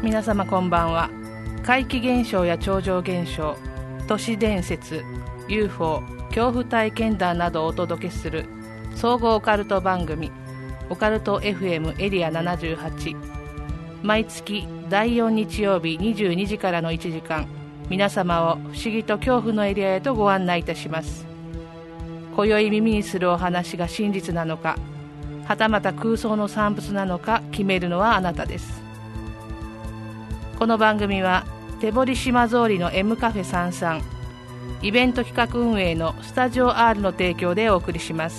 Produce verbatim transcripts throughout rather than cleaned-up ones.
皆様こんばんは。怪奇現象や超常現象、都市伝説、 ユーフォー、 恐怖体験談などをお届けする総合オカルト番組オカルト エフエム エリアななじゅうはち、毎月だいよん日曜日にじゅうにじからのいちじかん、皆様を不思議と恐怖のエリアへとご案内いたします。今宵耳にするお話が真実なのか、はたまた空想の産物なのか決めるのはあなたです。この番組は手堀島通りの M カフェさんさん、イベント企画運営のスタジオ R の提供でお送りします。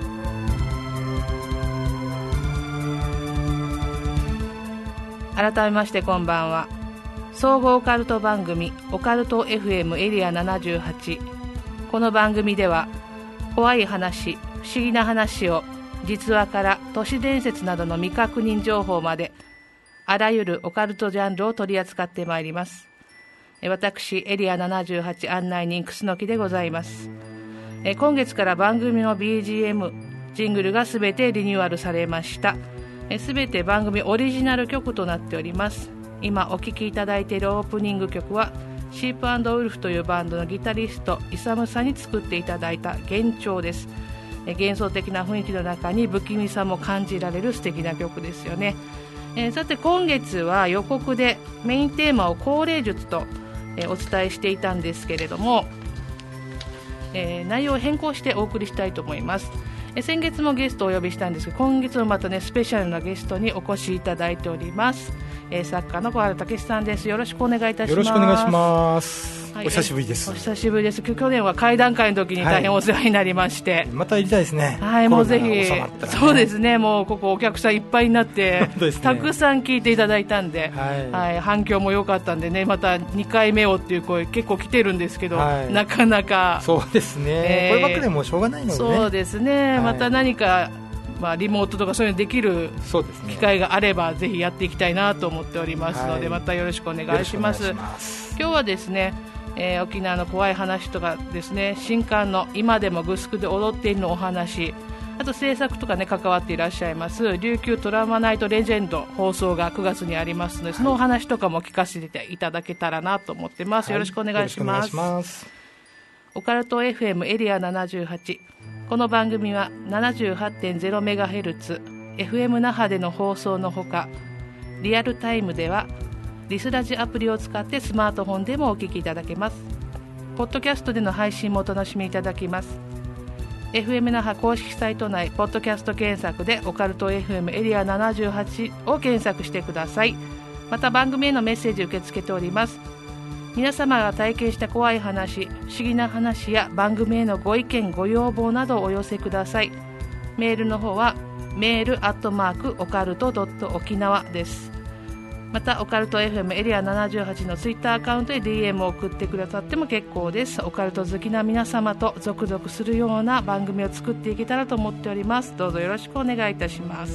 改めましてこんばんは。総合オカルト番組オカルト エフエム エリアななじゅうはち、この番組では怖い話、不思議な話を実話から都市伝説などの未確認情報まで、あらゆるオカルトジャンルを取り扱ってまいります。私エリアななじゅうはち案内人楠木でございます。今月から番組の ビージーエム ジングルがすべてリニューアルされました。すべて番組オリジナル曲となっております。今お聴きいただいているオープニング曲はシープ&ウルフというバンドのギタリストイサムさんに作っていただいた幻聴です。幻想的な雰囲気の中に不気味さも感じられる素敵な曲ですよね。えー、さて今月は予告でメインテーマを高齢術と、えー、お伝えしていたんですけれども、えー、内容を変更してお送りしたいと思います。えー、先月もゲストをお呼びしたんですが、今月もまたねスペシャルなゲストにお越しいただいております。えー、作家の小原武史さんです。よろしくお願いいたします。 よろしくお願いします。はい、お久しぶりです。 お久しぶりです。去年は会談会の時に大変お世話になりまして、はい、 またやりたいですね。 はい、もうぜひ、 ね、 そうですね、もうここお客さんいっぱいになって、ね、たくさん聞いていただいたんで、はいはい、反響も良かったんでね、またにかいめをっていう声結構来てるんですけど、はい、なかなかそうですね、えー、こればっかりでもうしょうがないのでね。 そうですね、はい、また何かまあ、リモートとかそういうのできる機会があれば、ね、ぜひやっていきたいなと思っておりますので、はい、またよろしくお願いします。今日はですね、えー、沖縄の怖い話とかですね、新刊の今でもグスクで踊っているのお話、あと制作とかね関わっていらっしゃいます琉球トラウマナイトレジェンド放送がくがつにありますので、そのお話とかも聞かせていただけたらなと思ってます。はい、よろしくお願いします。オカルト エフエム エリアななじゅうはち、この番組は ななじゅうはちてんゼロメガヘルツ エフエム 那覇での放送のほか、リアルタイムではリスラジアプリを使ってスマートフォンでもお聞きいただけます。ポッドキャストでの配信もお楽しみいただけます。 エフエム 那覇公式サイト内ポッドキャスト検索でオカルト エフエム エリアななじゅうはちを検索してください。また番組へのメッセージ受け付けております。皆様が体験した怖い話、不思議な話や番組へのご意見ご要望などをお寄せください。メールの方はメールアットマークオカルトドット沖縄です。またオカルト エフエム エリアななじゅうはちのツイッターアカウントで ディーエム を送ってくださっても結構です。オカルト好きな皆様とゾクゾクするような番組を作っていけたらと思っております。どうぞよろしくお願いいたします。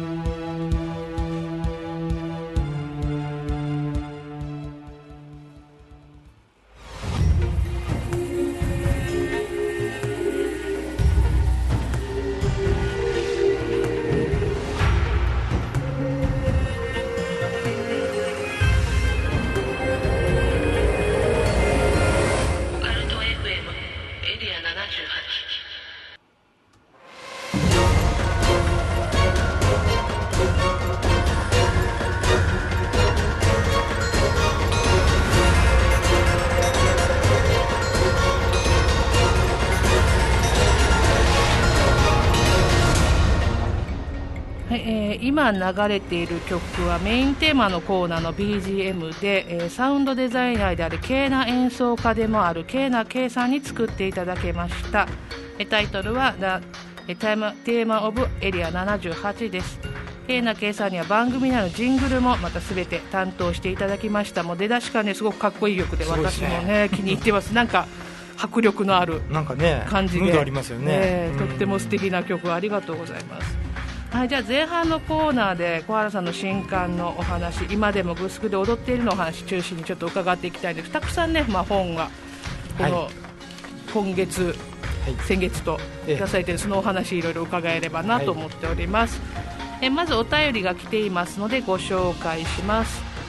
今流れている曲はメインテーマのコーナーの ビージーエム で、えー、サウンドデザイナーであるケーナ演奏家でもあるケーナ K さんに作っていただけました。えタイトルは The Theme of Area ななじゅうはちです。ケーナ K さんには番組内のジングルもまた全て担当していただきました。もう出だしからねすごくかっこいい曲で、私もね気に入ってます。なんか迫力のある感じで、 なんかねムードありますよね、 えー、とっても素敵な曲ありがとうございます。はい、じゃあ前半のコーナーで小原さんの新刊のお話、今でもグスクで踊っているのお話中心にちょっと伺っていきたいんです。たくさんね、まあ、本がこの今月、はい、先月と出されているそのお話いろいろ伺えればなと思っております。はい、えまずお便りが来ていますのでご紹介します。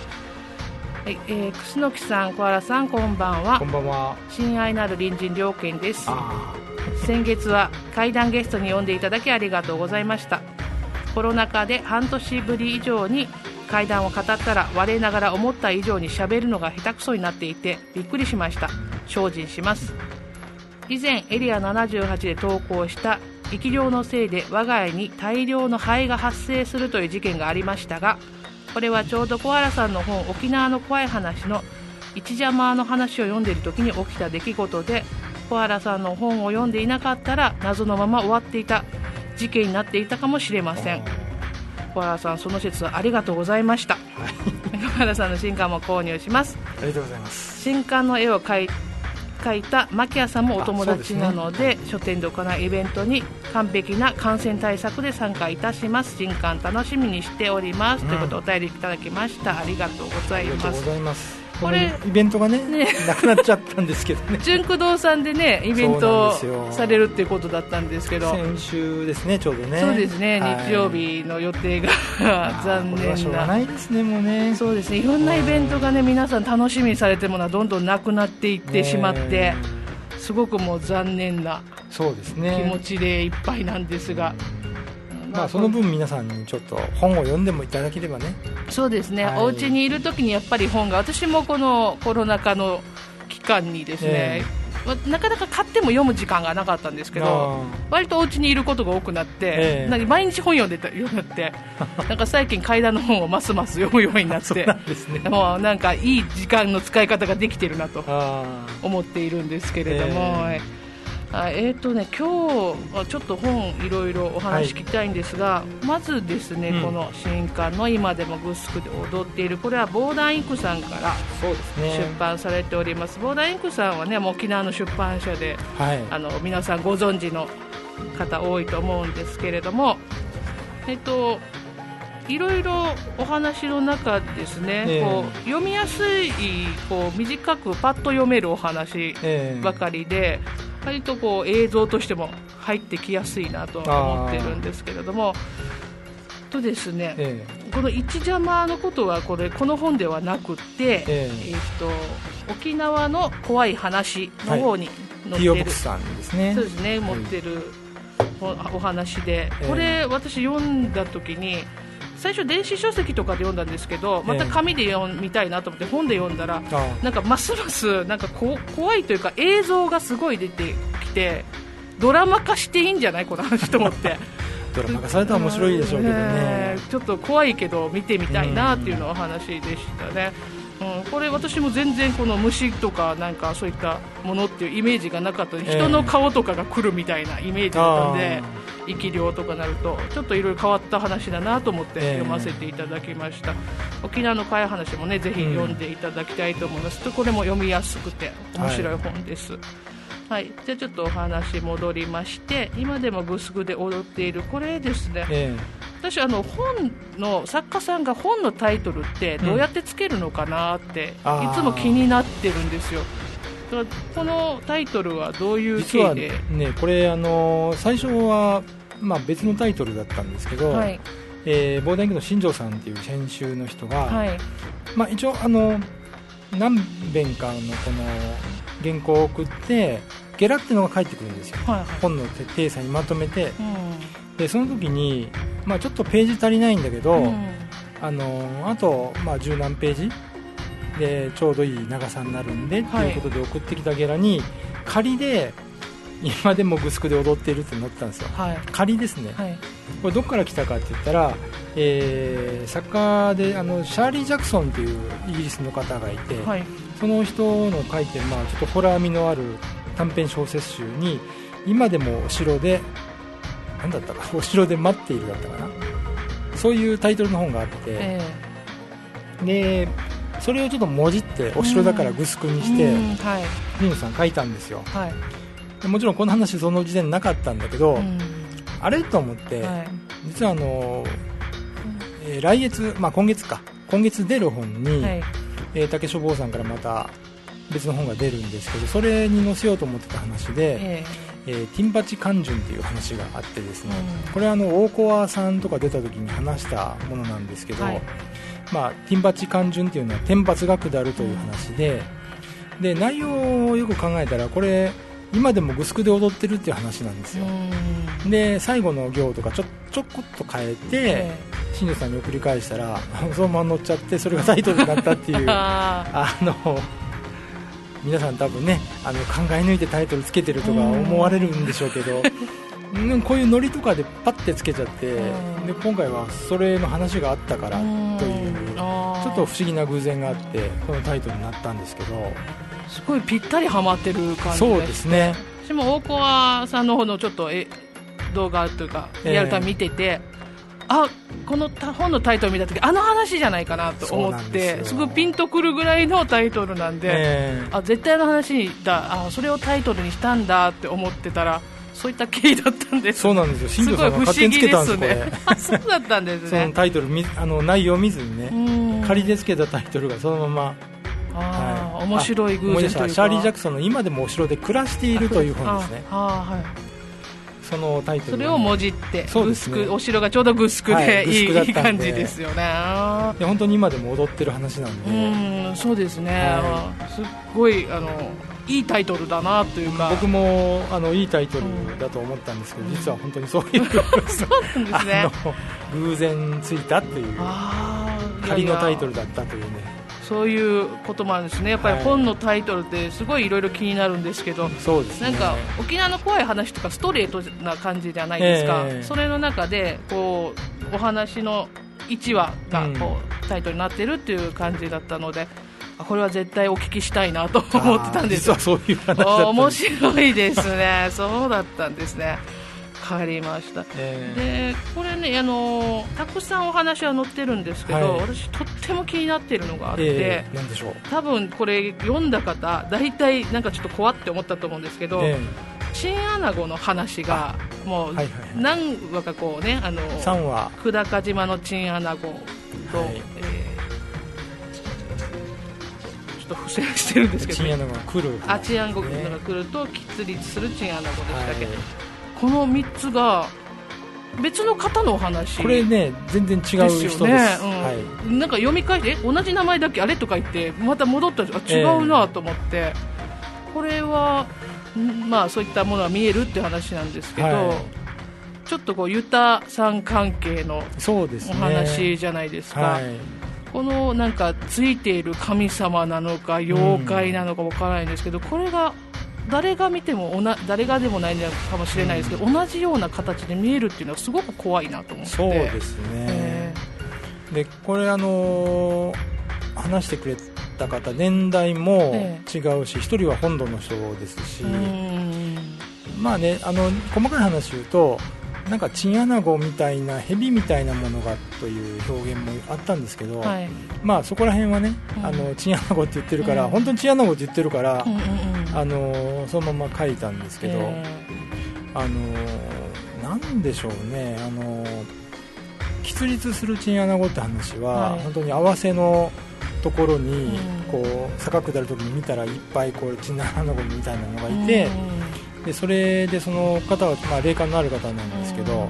はい、えー、楠木さん、小原さん、こんばんは。 こんばんは。 親愛なる隣人良犬です。先月は怪談ゲストに呼んでいただきありがとうございました。コロナ禍で半年ぶり以上に怪談を語ったら我ながら思った以上に喋るのが下手くそになっていてびっくりしました。精進します。以前エリアななじゅうはちで投稿した生き量のせいで我が家に大量のハエが発生するという事件がありましたが、これはちょうど小原さんの本沖縄の怖い話の一邪魔の話を読んでいる時に起きた出来事で、小原さんの本を読んでいなかったら謎のまま終わっていた事件になっていたかもしれません。小原さん、その説ありがとうございました。小原さんの新刊も購入します。 ありがとうございます。 新刊の絵を描い描いた牧谷さんもお友達なの で, で、ね、書店で行うイベントに完璧な感染対策で参加いたします。新刊楽しみにしております、うん、ということでお便りいただきました。ありがとうございます。 ありがとうございます。これイベントが ね, ねなくなっちゃったんですけどね。 純駆動さんでねイベントされるっていうことだったんですけど、 先週ですね、ちょうどね。 そうですね、はい、日曜日の予定が残念な。これはしょうがないですね、もうね。 そうですね、いろんなイベントがね皆さん楽しみにされてるものはどんどんなくなっていってしまって、すごくもう残念な気持ちでいっぱいなんですが、 まあ、その分皆さんにちょっと本を読んでもいただければね。 そうですね、はい、お家にいる時にやっぱり本が、私もこのコロナ禍の期間にですね、えー、なかなか買っても読む時間がなかったんですけど、割とお家にいることが多くなって、えー、なんか毎日本読んでたようになってなんか最近怪談の本をますます読むようになってそうなんですね、もうなんかいい時間の使い方ができてるなと思っているんですけれども、えーあえーとね、今日はちょっと本いろいろお話聞きたいんですが、はい、まずですね、うん、この新刊の今でもグスクで踊っている、これはボーダーインクさんから出版されております。ボーダーインクさんはね、もう沖縄の出版社で、はい、あの皆さんご存知の方多いと思うんですけれども、えっといろいろお話の中ですね、えー、こう読みやすい、こう短くパッと読めるお話ばかりで、えー割とこう映像としても入ってきやすいなと思ってるんですけれども、とですね、ええ、この一邪魔のことはこれこの本ではなくて、えええー、と沖縄の怖い話の方に載っている、はい、ティオブックさんですね。そうですね、持ってるお話で、これ私読んだ時に最初電子書籍とかで読んだんですけど、また紙で読みたいなと思って本で読んだら、なんかますますなんかこ怖いというか映像がすごい出てきて、ドラマ化していいんじゃないこの話と思ってドラマ化されたら面白いでしょうけどね、 ちょっと怖いけど見てみたいなっていうのお話でしたね。うん、これ私も全然この虫とかなんかそういったものっていうイメージがなかったので、人の顔とかが来るみたいなイメージだったので、生き量とかなるとちょっといろいろ変わった話だなと思って読ませていただきました、えー、沖縄の怪話もねぜひ読んでいただきたいと思います、うん、これも読みやすくて面白い本です、はいはい、じゃあちょっとお話戻りまして、今でもグスクで踊っているこれですね、えー、私あの本の作家さんが本のタイトルってどうやってつけるのかなって、うん、いつも気になってるんですよ。このタイトルはどういう経緯で？ 実はね、これあの最初は、まあ、別のタイトルだったんですけど、はい、えー、ボーダーインクの新庄さんっていう編集の人が、はい、まあ、一応あの何遍かのこの原稿を送ってゲラっていうのが返ってくるんですよ、はいはい、本の体裁にまとめて、うん、でその時に、まあ、ちょっとページ足りないんだけど、うん、あのあと、まあ、十何ページでちょうどいい長さになるんでっていうことで送ってきたゲラに、はい、仮で今でもグスクで踊っているって載ってたんですよ、はい、仮ですね、はい、これどこから来たかって言ったら、えー、作家であのシャーリー・ジャクソンというイギリスの方がいて、はい、その人の書いてる、まあ、ちょっとホラー味のある短編小説集に今でもお城で何だったかお城で待っているだったかな、そういうタイトルの本があって、えー、でそれをちょっともじってお城だからグスクにして新庄、はい、さん書いたんですよ、はい、でもちろんこの話その時点なかったんだけど、あれと思って、はい、実はあの、えー、来月、まあ、今月か今月出る本に、はい、えー、竹書房さんからまた別の本が出るんですけど、それに載せようと思ってた話で、ええー、ティンパチカンジュンっていう話があってですね、うん、これはあの大コアさんとか出た時に話したものなんですけど、はい、まあ、ティンパチカンジュンっていうのは天罰が下るという話で、うん、で内容をよく考えたらこれ今でもグスクで踊ってるっていう話なんですよ、うん、で最後の行とかちょちょこっと変えて新庄さんに送り返したらそのまま乗っちゃってそれがタイトルになったっていうあの皆さん多分ねあの考え抜いてタイトルつけてるとか思われるんでしょうけどこういうノリとかでパッてつけちゃってで今回はそれの話があったからというちょっと不思議な偶然があってこのタイトルになったんですけどすごいぴったりハマってる感じです。 そうですね。 私も大コアさんの方のちょっとえ動画というかリアルタイム見てて、えー、あこの本のタイトル見た時あの話じゃないかなと思ってすごいピンとくるぐらいのタイトルなんで、えー、あ絶対の話だあそれをタイトルにしたんだって思ってたらそういった経緯だったんです。 そうなんですよ。新庄さんが勝手につけたんですね。 あそうだったんですね。 そのタイトルあの内容を見ずにね仮でつけたタイトルがそのままあ、はい、面白い偶然というかシャーリー・ジャクソンの今でもお城で暮らしているという本ですね。ああ、はい、そのタイトル、ね、 それをもじってグスク、お城がちょうどグスクで、はい、いい感じですよね。 で本当に今でも踊ってる話なんでうんそうですね、はい、すっごいあのいいタイトルだなというか僕もあのいいタイトルだと思ったんですけど、うん、実は本当にそういうそうなんですねあの偶然ついたっていう仮のタイトルだったというねそういうこともあるんですね。やっぱり本のタイトルってすごいいろいろ気になるんですけど、 そうですね、 なんか沖縄の怖い話とかストレートな感じじゃないですか、えー、それの中でこうお話のいちわがこう、うん、タイトルになってるっていう感じだったのでこれは絶対お聞きしたいなと思ってたんですよ。 実はそういう話だった面白いですねそうだったんですね。わかりました、えー、でこれねあのたくさんお話は載ってるんですけど、はい、私とっても気になっているのがあって、 えー、何でしょう。 多分これ読んだ方大体なんかちょっと怖って思ったと思うんですけど、えー、チンアナゴの話がもう何話かこうねあのさんわ久高島のチンアナゴと、はいえー、ちょっと不正してるんですけど、 チンアナゴが来る、 あチンアナゴが来ると喫立するチンアナゴでしたけど、はいこのみっつが別の方のお話これね全然違う人です、ねうんはい、なんか読み替えて同じ名前だけあれとか言ってまた戻ったら違うなと思って、えー、これはまあそういったものが見えるって話なんですけど、はい、ちょっとこうユタさん関係のお話じゃないですか。はい、このなんかついている神様なのか妖怪なのかわからないんですけど、うん、これが誰が見てもおな誰がでもないのかもしれないですけど、うん、同じような形で見えるっていうのはすごく怖いなと思って。 そうですね、えー、でこれあのー、話してくれた方年代も違うし、一、えー、人は本土の人ですし、まあねあの細かい話言うとなんかチンアナゴみたいなヘビみたいなものがという表現もあったんですけど、はい、まあそこら辺はね、うん、あのチンアナゴって言ってるから、うん、本当にチンアナゴって言ってるから、うんうんうん、あのそのまま書いたんですけど、えー、あのなんでしょうねあの喫立するチンアナゴって話は、はい、本当に合わせのところに、うん、こう坂下るときに見たらいっぱいこうチンアナゴみたいなのがいて、うんでそれでその方は、まあ、霊感のある方なんですけど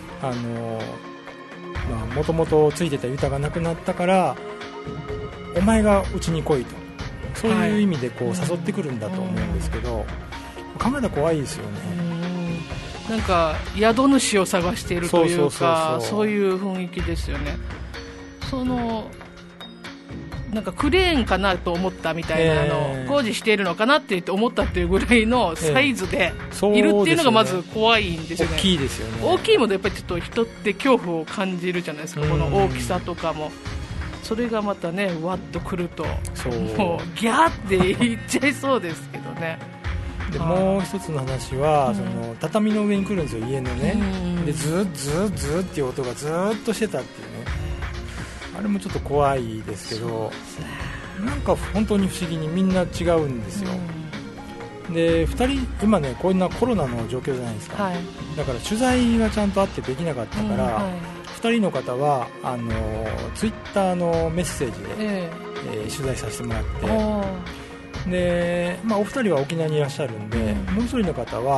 もともとついてたユタがなくなったからお前がうちに来いとそういう意味でこう、はい、誘ってくるんだと思うんですけど、考えたら怖いですよね。 なんか宿主を探しているというかそういう雰囲気ですよね。そのなんかクレーンかなと思ったみたいな、えー、の工事しているのかなって思ったっていうぐらいのサイズでいるっていうのがまず怖いんですよね。 大きいですよね。 大きいものやっぱりちょっと人って恐怖を感じるじゃないですか。この大きさとかもそれがまたねわっとくるともうギャーって言っちゃいそうですけどね。 でもう一つの話は、うん、その畳の上に来るんですよ家のね、うん、でズーズーズーっていう音がずーっとしてたっていうね。あれもちょっと怖いですけどなんか本当に不思議にみんな違うんですよ、うん、でふたり今ねこんなコロナの状況じゃないですか、はい、だから取材がちゃんとあってできなかったから、うんはい、ふたりの方はあのツイッターのメッセージで、えーえー、取材させてもらってで、まあ、お二人は沖縄にいらっしゃるんで、うん、もう一人の方は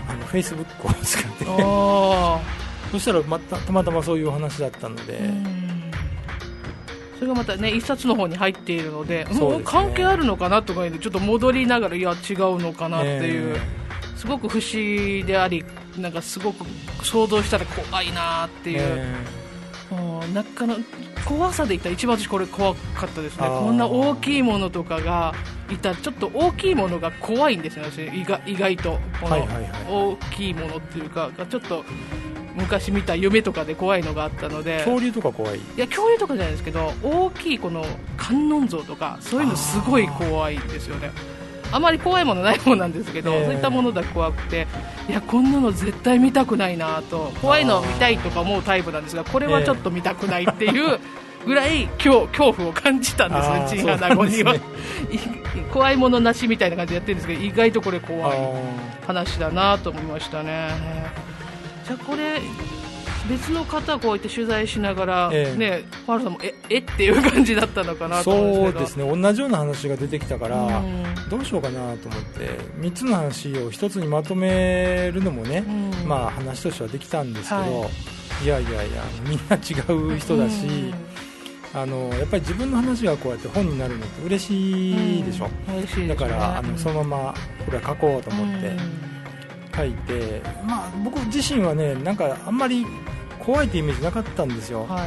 あのフェイスブックを使ってそしたらまたたまたまそういうお話だったので、 それがまたね一冊の方に入っているの で, で、ね、もう関係あるのかなとかちょっと戻りながらいや違うのかなっていう、えー、すごく不思議でありなんかすごく想像したら怖いなっていう、えー、なかな怖さで言ったら一番私これ怖かったですね。こんな大きいものとかがいたらちょっと大きいものが怖いんですよね。意外、意外とこの大きいものっていうかがちょっと昔見た夢とかで怖いのがあったので。 恐竜とか怖い？いや恐竜とかじゃないですけど大きいこの観音像とかそういうのすごい怖いんですよね。あまり怖いものない方なんですけど、えー、そういったものだけ怖くていやこんなの絶対見たくないなと怖いのを見たいとか思うタイプなんですがこれはちょっと見たくないっていうぐらい恐怖を感じたんですね。チンアナゴには、ね、怖いものなしみたいな感じでやってるんですけど意外とこれ怖い話だなと思いましたね。じゃあこれ別の方こうやって取材しながら、ええね、ファールさんもええっていう感じだったのかなと思うんですけど。 そうですね同じような話が出てきたから、うん、どうしようかなと思ってみっつの話をひとつにまとめるのもね、うんまあ、話としてはできたんですけど、はい、いやいやいやみんな違う人だし、うん、あのやっぱり自分の話がこうやって本になるのって嬉しいでしょ、 うん、嬉しいですね。 だからあのそのままこれは書こうと思って書いて、まあ、僕自身はねなんかあんまり怖いってイメージなかったんですよ、はい、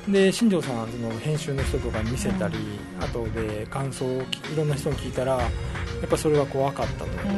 で新庄さんその編集の人とかに見せたり、うん、後で感想をいろんな人に聞いたらやっぱそれは怖かったと、うん、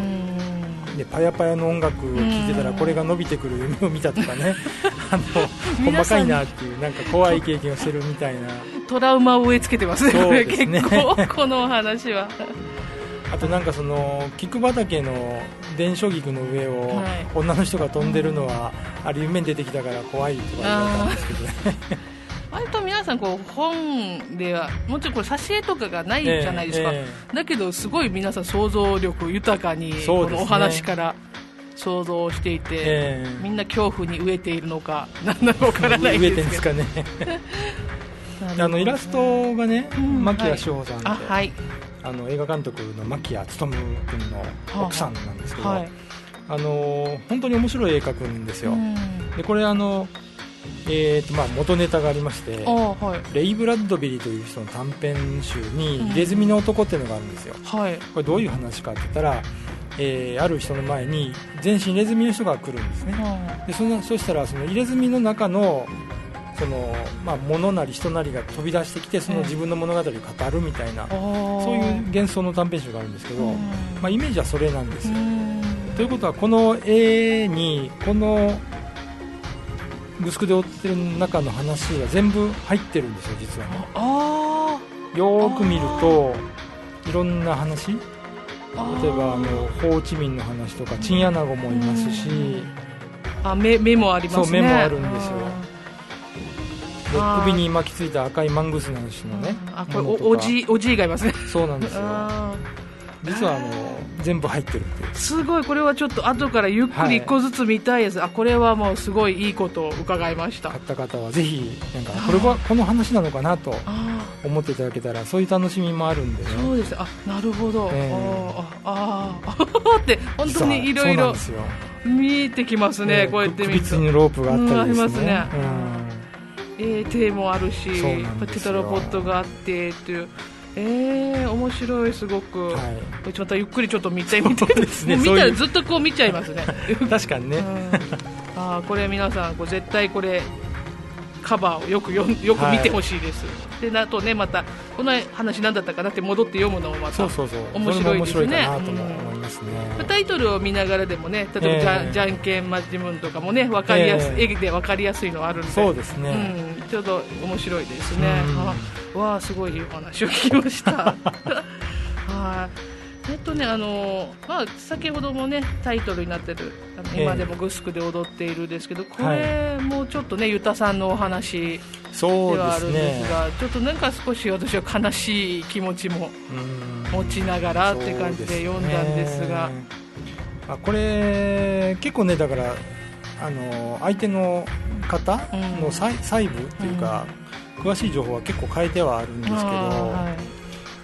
でパヤパヤの音楽を聴いてたらこれが伸びてくる夢を見たとかねあの細かいなっていうなんか怖い経験をしてるみたいなトラウマを植え付けてます ね, そうですね結構この話はあとなんかその菊畑の伝承菊の上を女の人が飛んでるのはあれ夢に出てきたから怖いとか言われたんですけどね割と皆さんこう本ではもちろんこれ挿絵とかがないじゃないですか、えーえー、だけどすごい皆さん想像力豊かにこのお話から想像していて、えー、みんな恐怖に飢えているのか何なのかわからないですけど飢えてるんですかねあのイラストがね、うん、牧谷志保さんで、はいあはいあの映画監督の牧谷勉君の奥さんなんですけど、はい、あの本当に面白い絵描くんですよ、うん、でこれあの、えーとまあ、元ネタがありまして、はい、レイ・ブラッドベリーという人の短編集に入れ墨の男っていうのがあるんですよ、うんはい、これどういう話かって言ったら、えー、ある人の前に全身入れ墨の人が来るんですね、うん、で そ, のそしたらその入れ墨の中のそのまあ、物なり人なりが飛び出してきてその自分の物語を語るみたいな、うん、そういう幻想の短編集があるんですけど、うんまあ、イメージはそれなんですよ、うん、ということはこの絵にこのグスクで追ってる中の話は全部入ってるんですよ実はね。あよーく見るといろんな話例えばあのホーチミンの話とかチンアナゴもいますし、 あ 目, 目もありますね。 そう目もあるんですよ。首に巻きついた赤いマングースの話のね、 あこれ お, お, じおじいがいますね。 そうなんですよ。実はあの全部入ってるっていう。 すごいこれはちょっと後からゆっくり一個ずつ見たいです、はい、あこれはもうすごいいいことを伺いました。 買った方はぜひなんかこれはこの話なのかなと思っていただけたらそういう楽しみもあるんでね。 そうですあなるほど、えー、あああって本当にいろいろ見えてきますね、えー、こうやって見ると首吊りのロープがあったりですね、うん、ありますね、 うんえー、手もあるしテトラポットがあってっていうえー、面白いすごく、はい、またゆっくりちょっと見てみてですね、もう見たらずっとこう見ちゃいますね確かにね、うん、 あこれ皆さんこう絶対これカバーをよくよよく見てほしいです、はい、であとねまたこの話何だったかなって戻って読むのもまた面白いですね。 そうそうそう面白いかなとも思いますね、 うん、タイトルを見ながらでもね例えばじゃ、えー、じゃんけんマジムンとかもね分かりやすい、えー、絵で分かりやすいのあるんでそうですね、 うん、ちょっと面白いですね、うん、あわあすごいいいお話を聞きましたはいえっとねあのまあ、先ほどもねタイトルになってるあの今でもグスクで踊っているですけど、これもちょっとねユタさんのお話ではあるんですが、ちょっとなんか少し私は悲しい気持ちも持ちながらって感じで読んだんですが、 あこれ結構ねだからあの相手の方の細部っていうか、うん、詳しい情報は結構変えてはあるんですけど、はい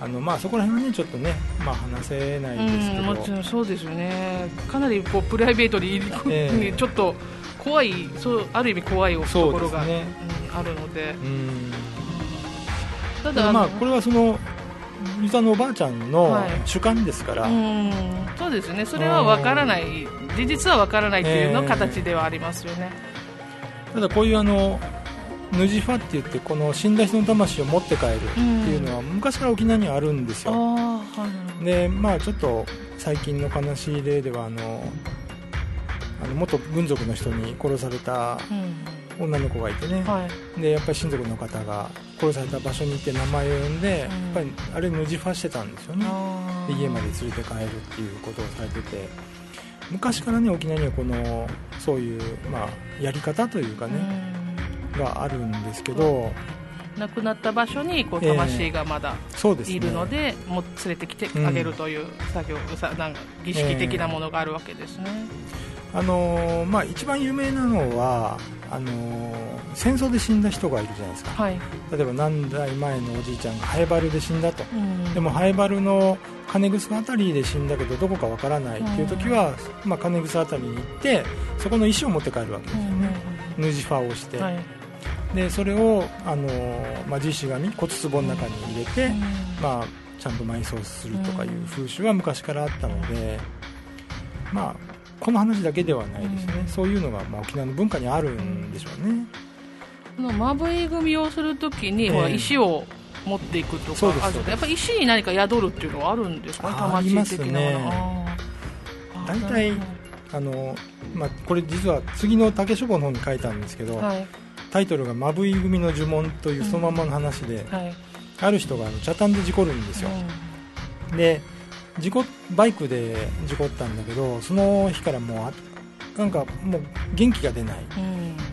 あのまあ、そこら辺はねちょっとね、まあ、話せないですけど、 うん、もちろんそうですよね。かなりこうプライベートに、えー、ちょっと怖い、そうある意味怖いところが、ねうん、あるので、うんただまあこれはそのユタのおばあちゃんの主観ですから、はい、 うんそうですね、それは分からない、事実は分からないというの形ではありますよね。 えー、ただこういうあのヌジファって言ってこの死んだ人の魂を持って帰るっていうのは昔から沖縄にはあるんですよ。あ、はい、でまあちょっと最近の悲しい例ではあのあの元軍属の人に殺された女の子がいてね、うんはい、でやっぱり親族の方が殺された場所に行って名前を呼んで、うん、やっぱりあれヌジファしてたんですよね。で家まで連れて帰るっていうことをされてて、昔からね沖縄にはこのそういう、まあ、やり方というかね、うんがあるんですけど、 亡くなった場所にこう魂がまだいるので、えー、でね、もう連れてきてあげるという作業、うん、さなんか儀式的なものがあるわけですね。 えーあのーまあ、一番有名なのはあのー、戦争で死んだ人がいるじゃないですか、はい、例えば何代前のおじいちゃんがハエバルで死んだと、うん、でもハエバルの金草あたりで死んだけどどこかわからないっていう時は、うんまあ、金草あたりに行ってそこの石を持って帰るわけですよね、うん、ヌジファをして、はい、でそれをあの、まあ、地石紙骨壺の中に入れて、うんまあ、ちゃんと埋葬するとかいう風習は昔からあったので、まあ、この話だけではないですね、うん、そういうのが、まあ、沖縄の文化にあるんでしょうね。 このまぶい組をするときに、えー、ほら石を持っていくとかあるので、やっぱり石に何か宿るっていうのはあるんですかね、魂的なもの。 大体あの、まあ、これ実は次の竹書房の方に書いたんですけど、はい、タイトルがまぶい組の呪文というそのままの話で、うんはい、ある人があの茶炭で事故るんですよ、うん、で事故バイクで事故ったんだけどその日からもうなんかもう元気が出ない、うん、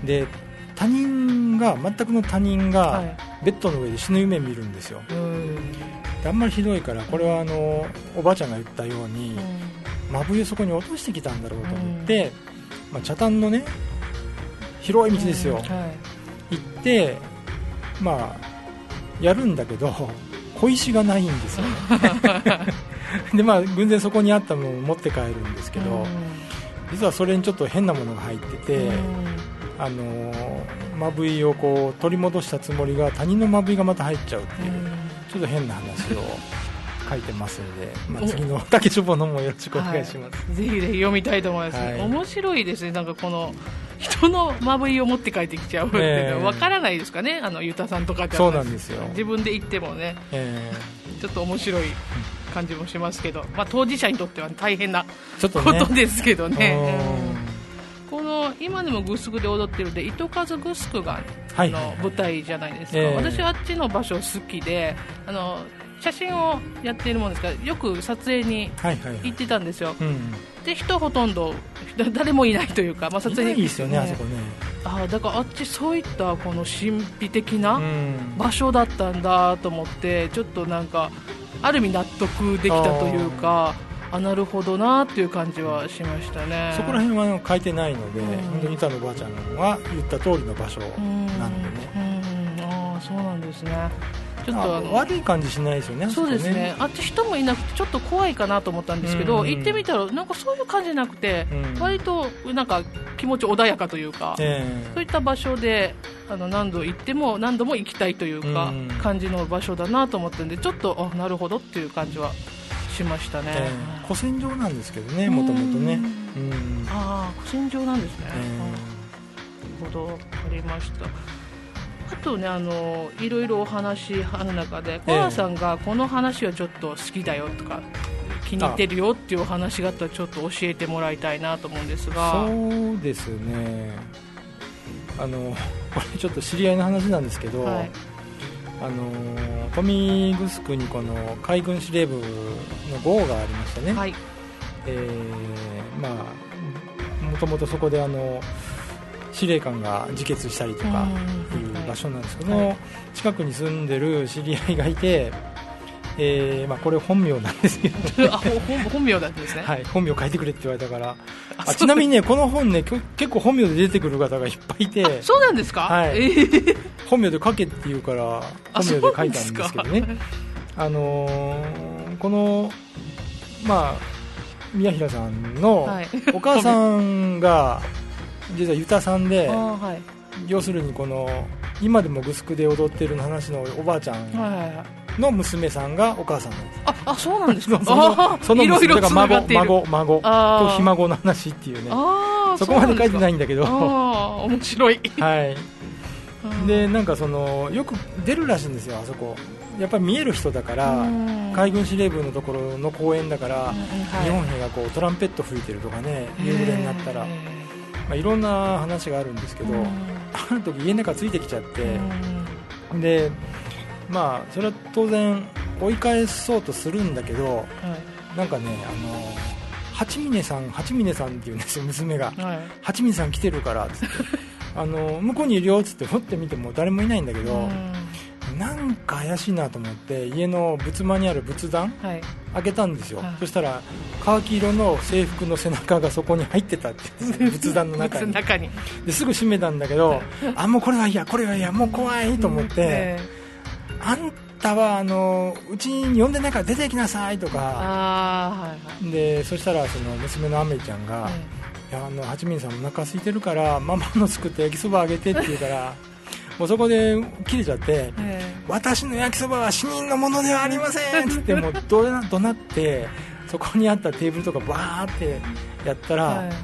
で他人が全くの他人がベッドの上で死ぬ夢見るんですよ、うん、であんまりひどいからこれはあのおばあちゃんが言ったように、うん、まぶいをそこに落としてきたんだろうと思って、うんまあ、茶炭のね広い道ですよ、うんはい、行ってまあやるんだけど小石がないんですよねでまあ偶然そこにあったものを持って帰るんですけど、うん、実はそれにちょっと変なものが入ってて、うん、あのまぶいをこう取り戻したつもりが他人のまぶいがまた入っちゃうっていう、うん、ちょっと変な話を書いてますので、まあ、次の竹書房のもよろしくお願いします、 はい、ぜひぜひ読みたいと思います、はい、面白いですね。なんかこの人のまぶいを持って帰ってきちゃうっていうのは分からないですかね、あのユタさんとかじゃそうなんですよ。 自分で言ってもね、えー、ちょっと面白い感じもしますけど、まあ、当事者にとっては大変なことですけどね。この今でもグスクで踊ってるで糸数グスクが、はい、あの舞台じゃないですか、えー、私はあっちの場所好きであの写真をやっているものですからよく撮影に行ってたんですよ、はいはいはいうん、で人ほとんど誰もいないというか、まあ、撮影にいないですよね、あそこね。 あだからあっちそういったこの神秘的な場所だったんだと思ってちょっとなんかある意味納得できたというかあなるほどなっていう感じはしましたね。 そこら辺は書いてないので、うん、本当に板のおばあちゃんが言った通りの場所なんでね、 うんうん、あそうなんですね。ちょっとあの悪い感じしないですよね。 そうですね。あっち人もいなくてちょっと怖いかなと思ったんですけど、うんうん、行ってみたらなんかそういう感じじゃなくて、うん、割となんか気持ち穏やかというか、えー、そういった場所であの何度行っても何度も行きたいというか、うん、感じの場所だなと思ったんでちょっとあなるほどっていう感じはしましたね。えー、古戦場なんですけどね、もともとね。うん、 ああ古戦場なんですね。えー、なるほど、わかりました。あとね、あのいろいろお話ある中で小原さんがこの話はちょっと好きだよとか、えー、気に入ってるよっていうお話があったらちょっと教えてもらいたいなと思うんですが。 そうですね、あのこれちょっと知り合いの話なんですけど、はい、あの豊見城にこの海軍司令部の号がありましたね、はい、えー、まあもともとそこであの司令官が自決したりとかいう場所なんですけど、はい、近くに住んでる知り合いがいて、えーまあ、これ本名なんですけど、ね、 あ 本, 本名なんですね、 はい、本名書いてくれって言われたからあちなみにねこの本ね結構本名で出てくる方がいっぱいいて。 そうなんですか、 はい、えー、本名で書けって言うから本名で書いたんですけどねあのー、このまあ宮平さんのお母さんが実はユタさんで、はい、要するにこの今でもグスクで踊ってるの話のおばあちゃんの娘さんがお母さんなんです。 ああ、そうなんですか。 そのその娘が孫孫孫とひ孫の話っていうね、そこまで書いてないんだけど、 あ面白い。 はいでなんかそのよく出るらしいんですよ、あそこやっぱり見える人だから、海軍司令部のところの公園だから、はい、日本兵がこうトランペット吹いてるとかね、夕暮れになったら、まあ、いろんな話があるんですけど、ある時家の中ついてきちゃって、でまあそれは当然追い返そうとするんだけど、はい、なんかねあの八峰さん八峰さんっていうんですよ娘が、はい、八峰さん来てるからっつってあの向こうにいるよっつって掘ってみても誰もいないんだけど、なんか怪しいなと思って家の仏間にある仏壇、はい、開けたんですよ、はい、そしたらカーキ色の制服の背中がそこに入ってたって仏壇の中 に, 中にですぐ閉めたんだけどあもうこれは嫌これは嫌もう怖いと思って、うん、あんたはあのうちに呼んでないから出てきなさいとか、あ、はいはい、でそしたらその娘のアメちゃんが、はいいやあの八峰さんお腹空いてるからママの作った焼きそばあげてって言うからもうそこで切れちゃって、えー、私の焼きそばは死人のものではありませんって言ってもうどな、どなってそこにあったテーブルとかバーってやったら、はい、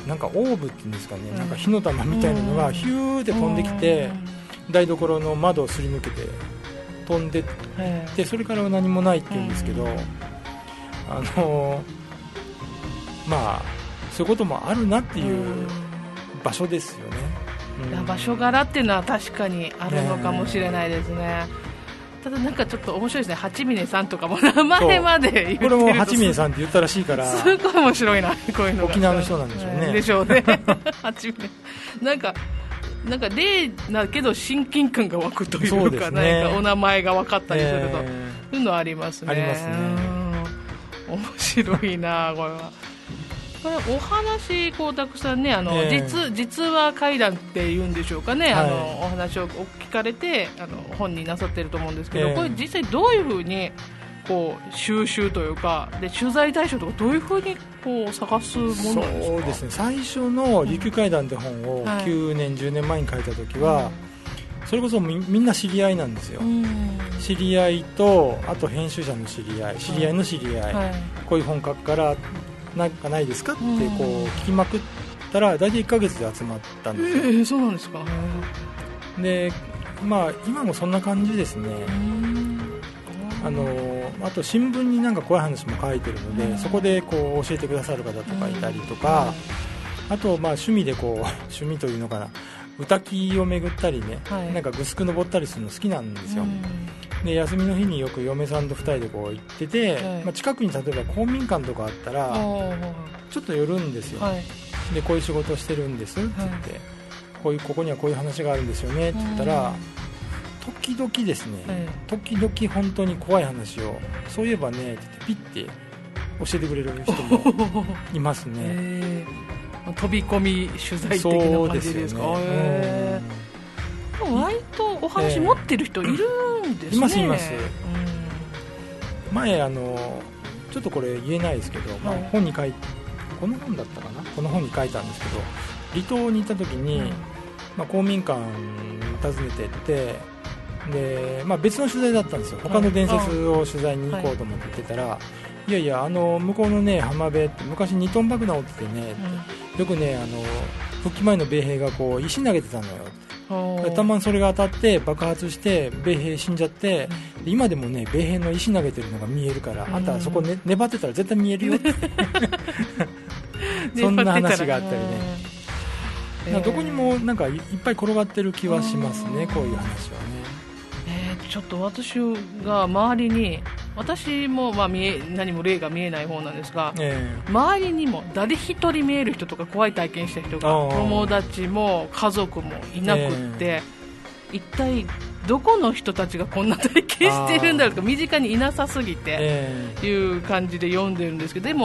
なんかオーブっていうんですかね、うん、なんか火の玉みたいなのがヒューって飛んできて、うん、台所の窓をすり抜けて飛んでって、えー、それからは何もないって言うんですけど、うん、あのまあそういうこともあるなっていう場所ですよね、 うん、場所柄っていうのは確かにあるのかもしれないですね、ねただなんかちょっと面白いですね八峰さんとかも名前まで言ってるとこれも八峰さんって言ったらしいからすごい面白いなこういうのが沖縄の人なんでしょうねでしょうね八峰なんかなんか例だけど親近感が湧くというか、ね、なんかお名前が分かったりすると、えー、そういうのありますねありますね面白いなこれはこれお話こうたくさんねあの、えー、実, 実話怪談っていうんでしょうかね、はい、あのお話を聞かれてあの本になさってると思うんですけど、えー、これ実際どういうふうにこう収集というかで取材対象とかどういうふうにこう探すものなんですか。 そうですね最初の琉球怪談って本をきゅうねん、はい、じゅうねんまえに書いた時は、うん、それこそ み, みんな知り合いなんですよ、うん、知り合いとあと編集者の知り合い知り合いの知り合い、はい、こういう本書くからなんかないですかってこう聞きまくったら大体いっかげつで集まったんですよ、 えー、そうなんですか。 でまあ今もそんな感じですね。あのあと新聞になんか怖い話も書いてるのでそこでこう教えてくださる方とかいたりとかあとまあ趣味でこう趣味というのかな歌木を巡ったりね、はい、なんかグスク登ったりするの好きなんですよ。で休みの日によく嫁さんとふたりでこう行ってて、はいまあ、近くに例えば公民館とかあったらちょっと寄るんですよ、はい、でこういう仕事をしてるんですって言って、はい、こういうここにはこういう話があるんですよねって言ったら時々ですね、はい、時々本当に怖い話をそういえばねってピッて教えてくれる人もいますね飛び込み取材的な感じですか。そうですよね。割とお話持ってる人いるんですね、 いますいます、うん、前あのちょっとこれ言えないですけど、はいまあ、本に書いこの本だったかなこの本に書いたんですけど離島に行った時に、うんまあ、公民館訪ねてってで、まあ、別の取材だったんですよ他の伝説を取材に行こうと思って行ってたら、はい、いやいやあの向こうのね浜辺って昔にトン爆弾落ちてね、うん、よくねあの復帰前の米兵がこう石投げてたのよたまにそれが当たって爆発して米兵死んじゃって、うん、今でもね米兵の石投げてるのが見えるから、うん、あんたそこ、ね、粘ってたら絶対見えるよってそんな話があったりね、えー、どこにもなんかいっぱい転がってる気はしますねこういう話はね、 えー、ちょっと私が周りに私もまあ見え何も例が見えない方なんですが、えー、周りにも誰一人見える人とか怖い体験した人が友達も家族もいなくって、えー、一体どこの人たちがこんな体験してるんだろうとか身近にいなさすぎていう感じで読んでるんですけどでも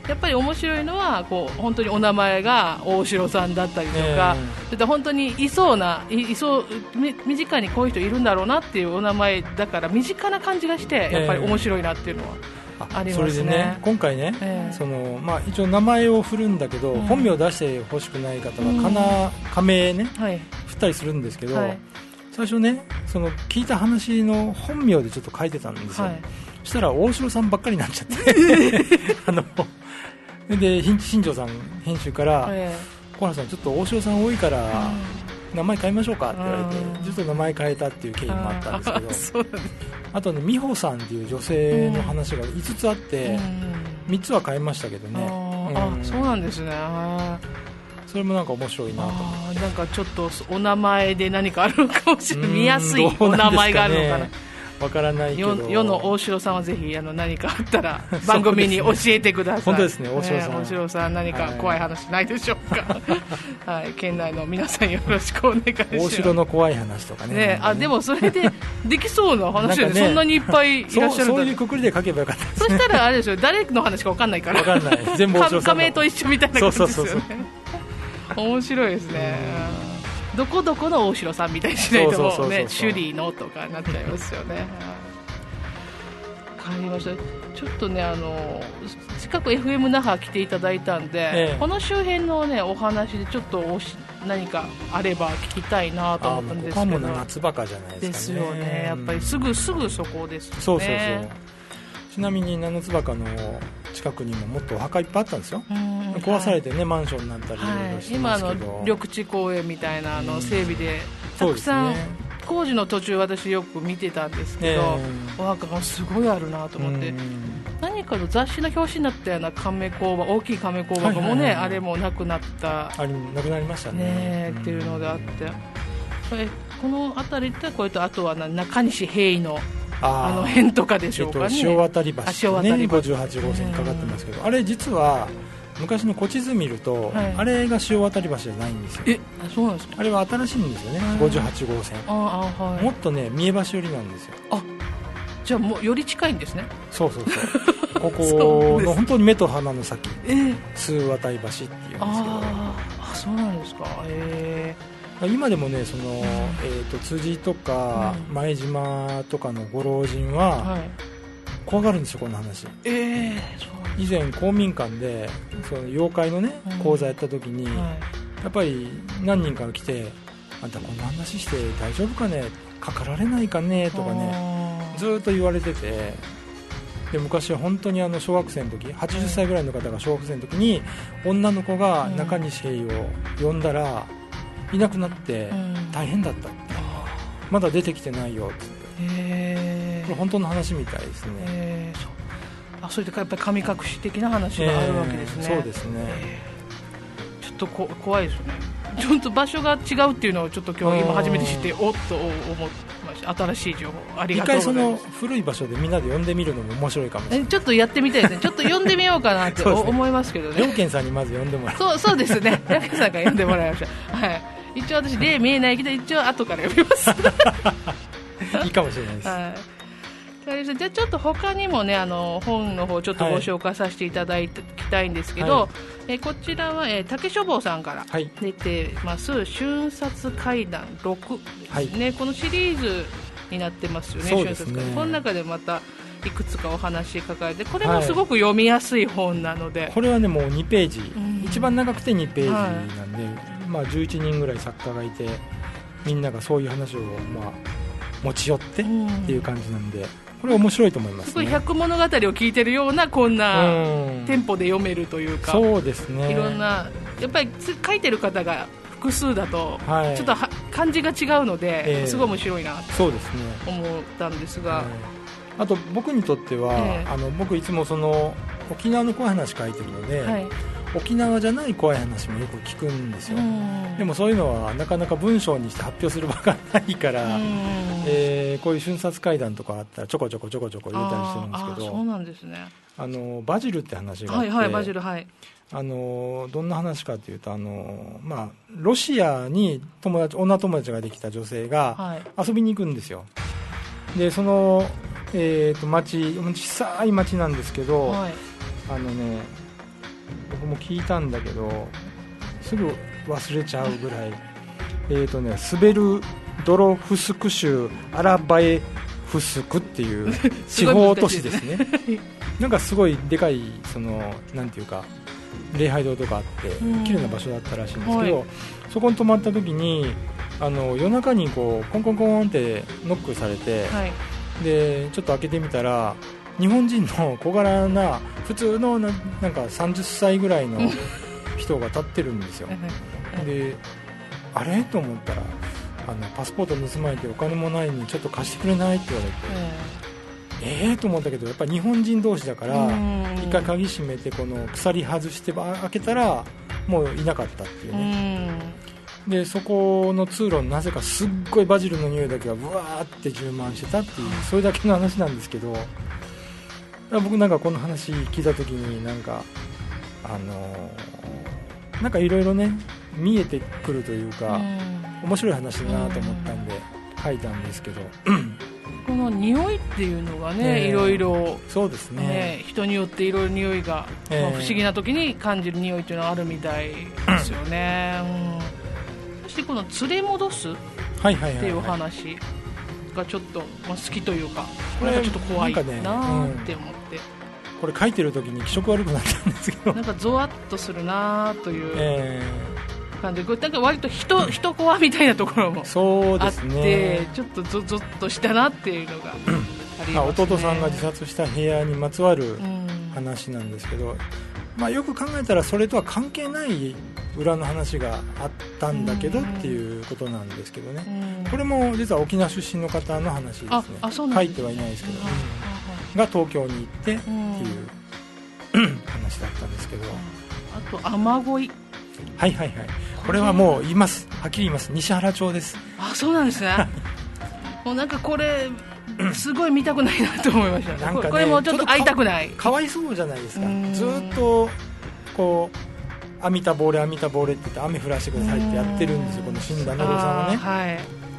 やっぱり面白いのはこう本当にお名前が大城さんだったりとか、えー、それと本当にいそうないいそう身近にこういう人いるんだろうなっていうお名前だから身近な感じがしてやっぱり面白いなっていうのは、えー、ありますね。 それでね今回ね、えーそのまあ、一応名前を振るんだけど、うん、本名を出してほしくない方は、うん、かな仮名ね、はい、振ったりするんですけど、はい、最初ねその聞いた話の本名でちょっと書いてたんですよ、はい、そしたら大城さんばっかりになっちゃってあので新庄さん編集から小原さんちょっと大城さん多いから名前変えましょうかって言われてちょっと名前変えたっていう経緯もあったんですけど あ, あとね美穂さんっていう女性の話がいつつあってみっつは変えましたけどね。 あ、うん、そうなんですね。 それもなんか面白いなと思って。 なんかちょっとお名前で何かあるのかもしれない。見やすいお名前があるのかな。 わからないけど世の大城さんはぜひあの何かあったら番組に教えてください。 本当ですね、大城さん、 ね、大城さん何か怖い話ないでしょうか、はいはい、県内の皆さんよろしくお願いします。 大城の怖い話とか ね, ねあでもそれでできそうな話で、ね、そんなにいっぱいいらっしゃるそう, そういうくくりで書けばよかったです、 ね、そしたらあれでしょ誰の話か分かんないから分かんない全部大城さんの仮名と一緒みたいな感じですよね。そうそうそうそう面白いですね。どこどこの大城さんみたいにしないともうね首里のとかなっちゃいますよね。わかりました。ちょっとねあの近く エフエム 那覇来ていただいたんで、ええ、この周辺のねお話でちょっとおし何かあれば聞きたいなと思ったんですけど。 ああもう夏バカじゃないですかね。 ですよね。やっぱりすぐすぐそこですよね。 そうそうそう。ちなみに夏バカの近くにももっとお墓いっぱいあったんですよ。壊されてね、はい、マンションになったりしてますけど、 はい、今の緑地公園みたいなあの整備でたくさん、工事の途中私よく見てたんですけど、えー、お墓がすごいあるなと思って、何かの雑誌の表紙になったような亀工場、大きい亀工場もね、はいはいはい、あれもなくなったあれなくなりましたね、 ねっていうのがあって、これこの辺りってこれとあとは中西平井のあの辺とかでしょうかね、 えっと、塩渡り橋ねごじゅうはち号線にかかってますけど、あれ実は昔の古地図見ると、はい、あれが塩渡り橋じゃないんですよ。 え、そうなんですか。 あれは新しいんですよね、ごじゅうはち号線。ああ、はい、もっとね三重橋寄りなんですよ。 あ、じゃあもうより近いんですね。 そうそうそうここの本当に目と鼻の先、えー、数渡り橋っていうんですけど。 ああ、そうなんですか。へえ。 今でもねその、うんえー、と辻とか、うん、前島とかのご老人は、はい、怖がるんですよこんな話、 えー、 以前公民館でその妖怪のね、うん、講座やった時に、はい、やっぱり何人かが来てあんたこんな話して大丈夫かねかかられないかねとかねずっと言われてて、で昔は本当にあの小学生の時はちじゅっさいぐらいの方が小学生の時に女の子が中西平井を呼んだらいなくなって大変だったって、うん、まだ出てきてないよって、へー、これ本当の話みたいですね。 へー、そう、あ、それでやっぱり神隠し的な話があるわけですね。 そうですね。 ちょっとこ怖いですよね。ちょっと場所が違うっていうのをちょっと今日今初めて知っておっと思ました。新しい情報ありがとうございます。 一回その古い場所でみんなで呼んでみるのも面白いかもしれない。 ちょっとやってみたいですね。ちょっと呼んでみようかなってね、思いますけどね。 良健さんにまず呼んでもらう。 そうそうですね。良健さんから呼んでもらいました。はい。一応私例見えないけど一応後から呼びますいいかもしれないです、 はい、じゃあちょっと他にもねあの本の方ちょっとご紹介させていただきたいんですけど、はい、えこちらは、えー、竹書房さんから出てます、はい、瞬殺怪談ろくですね、はい、このシリーズになってますよね。 そうですね。 瞬殺怪談この中でまたいくつかお話書かれて、これもすごく読みやすい本なので、はい、 これはねもうにページ、うん、一番長くてにページなんで、はい、まあ、じゅういちにんぐらい作家がいてみんながそういう話を、まあ、持ち寄ってっていう感じなんで、うん、これ面白いと思いますね。 すごい百物語を聞いてるようなこんなテンポで読めるというか、 そうですね。 いろんなやっぱり書いてる方が複数だとちょっとは感じが違うので、えー、すごい面白いなと思ったんですが、 えー、あと僕にとっては、えー、あの僕いつもその沖縄の怖い話書いてるので、はい、沖縄じゃない怖い話もよく聞くんですよ。でもそういうのはなかなか文章にして発表する場がないから、えー、こういう瞬殺怪談とかあったらちょこちょこちょこちょこ入れたりしてるんですけど、 ああそうなんですね。 あのバジルって話があって、 はいはい、バジル、はい、 あのどんな話かというと、あの、まあ、ロシアに友達女友達ができた女性が遊びに行くんですよ。でその、えー、と町小さい町なんですけど、はい、あのね僕も聞いたんだけどすぐ忘れちゃうぐらいえーとねスベルドロフスク州アラバエフスクっていう地方都市ですねなんかすごいでかいそのなんていうか礼拝堂とかあって綺麗な場所だったらしいんですけど、はい、そこに泊まった時にあの夜中にこうコンコンコンってノックされて、はい、でちょっと開けてみたら日本人の小柄な普通の な, なんかさんじゅっさいぐらいの人が立ってるんですよであれと思ったらあのパスポート盗まれてお金もないのにちょっと貸してくれないって言われて、えー、えーと思ったけどやっぱり日本人同士だから一回鍵閉めてこの鎖外して開けたらもういなかったっていうねでそこの通路になぜかすっごいバジルの匂いだけがブワーって充満してたっていうそれだけの話なんですけど僕なんかこの話聞いた時になんかあのー、なんかいろいろね見えてくるというか面白い話だなと思ったんで書いたんですけどこの匂いっていうのがね、えー、いろいろそうですね、 ね人によっていろいろ匂いが、えーまあ、不思議な時に感じる匂いっていうのはあるみたいですよね、うん、そしてこの連れ戻すっていうお話がちょっと、まあ、好きというかなんかちょっと怖いなって思って、ねうん、 これ書いてる時に気色悪くなったんですけどなんかゾワッとするなという、えーなんでなんか割と 人, 人コアみたいなところもあってそうです、ね、ちょっとゾゾッとしたなっていうのがありますね、まあ、 弟さんが自殺した部屋にまつわる話なんですけど、うんまあ、よく考えたらそれとは関係ない裏の話があったんだけどっていうことなんですけどね、うん、これも実は沖縄出身の方の話ですねああそうなんです書いてはいないですけど、うん、が東京に行ってっていう、うん、話だったんですけどあと雨乞いはいはいはいこれはもう言いますはっきり言います西原町ですあそうなんですねもうなんかこれすごい見たくないなと思いました、ね、なんかねこれもちょっと会いたくないか, かわいそうじゃないですかずっとこう網田ボーレ網田ボーレって言って雨降らせてくださいってやってるんですよこの死んだ野呂さんはね、はい、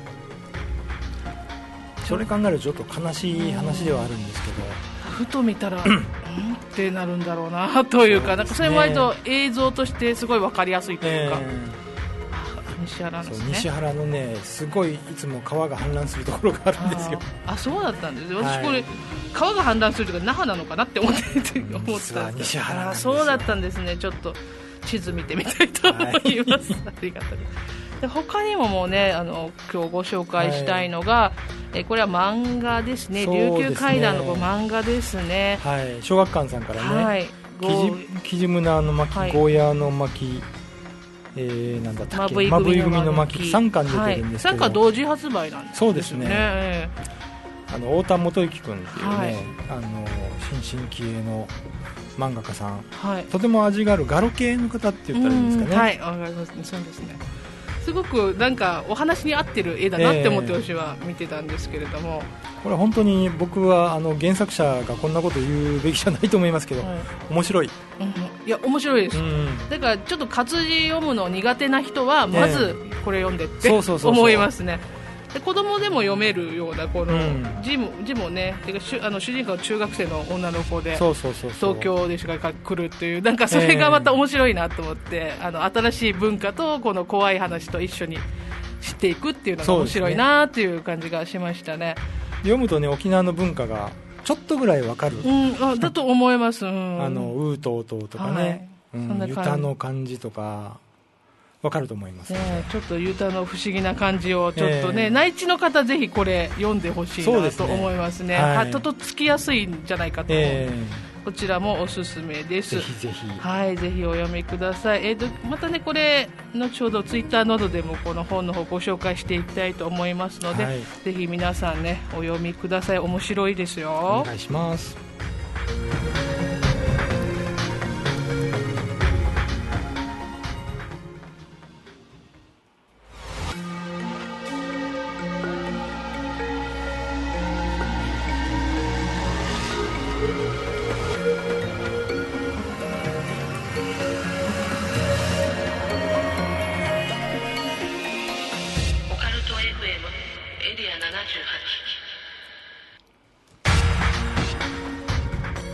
それ考えるとちょっと悲しい話ではあるんですけどふと見たらうんってなるんだろうなというか、そうですね、なんかそれも割と映像としてすごい分かりやすいというか、えー、西原のですね西原のねすごいいつも川が氾濫するところがあるんですよああそうだったんですよ私これ、はい、川が氾濫するというか那覇なのかなって思って思ってたんですけど西原なんですよそうだったんですねちょっと地図見てみたいと思います、はい、ありがとうございますで他にももうねあの今日ご紹介したいのが、はい、えこれは漫画ですね琉球怪談の漫画ですねはい小学館さんからね、はい、キジムナーの巻、はい、ゴーヤーの巻、えー、なんだったっけまぶい組の巻さんかん出てるんですけど、 はい、さんかん同時発売なんですよねそうですね、えー、あの太田元之君っていうね、はい、あの新進気鋭の漫画家さん、はい、とても味があるガロ系の方って言ったらいいんですかねはいわかりますねそうですねすごくなんかお話に合ってる絵だなって思って私は見てたんですけれども、 えー、これ本当に僕はあの原作者がこんなこと言うべきじゃないと思いますけど、はい、面白い、 うん、いや面白いです、うん、だからちょっと活字読むの苦手な人はまずこれ読んでって思いますねで子供でも読めるようなこの字も、うん、字もねてかあの主人公は中学生の女の子で東京でしか来るっていうなんかそれがまた面白いなと思って、えー、あの新しい文化とこの怖い話と一緒に知っていくっていうのが面白いなっていう感じがしましたね読むとね沖縄の文化がちょっとぐらいわかる、 うん、あだと思います、うん、 あのウートートーとかね、はいうん、ユタの感じとかわかると思います、 ね、ちょっとユタの不思議な感じをちょっとね、えー、内地の方ぜひこれ読んでほしいなと思いますね、はい、ととつきやすいんじゃないかと思う、えー、こちらもおすすめですぜひぜひ、 はい、ぜひお読みください、えー、とまたねこれ後ほどツイッターなどでもこの本の方ご紹介していきたいと思いますので、はい、ぜひ皆さんねお読みください面白いですよお願いします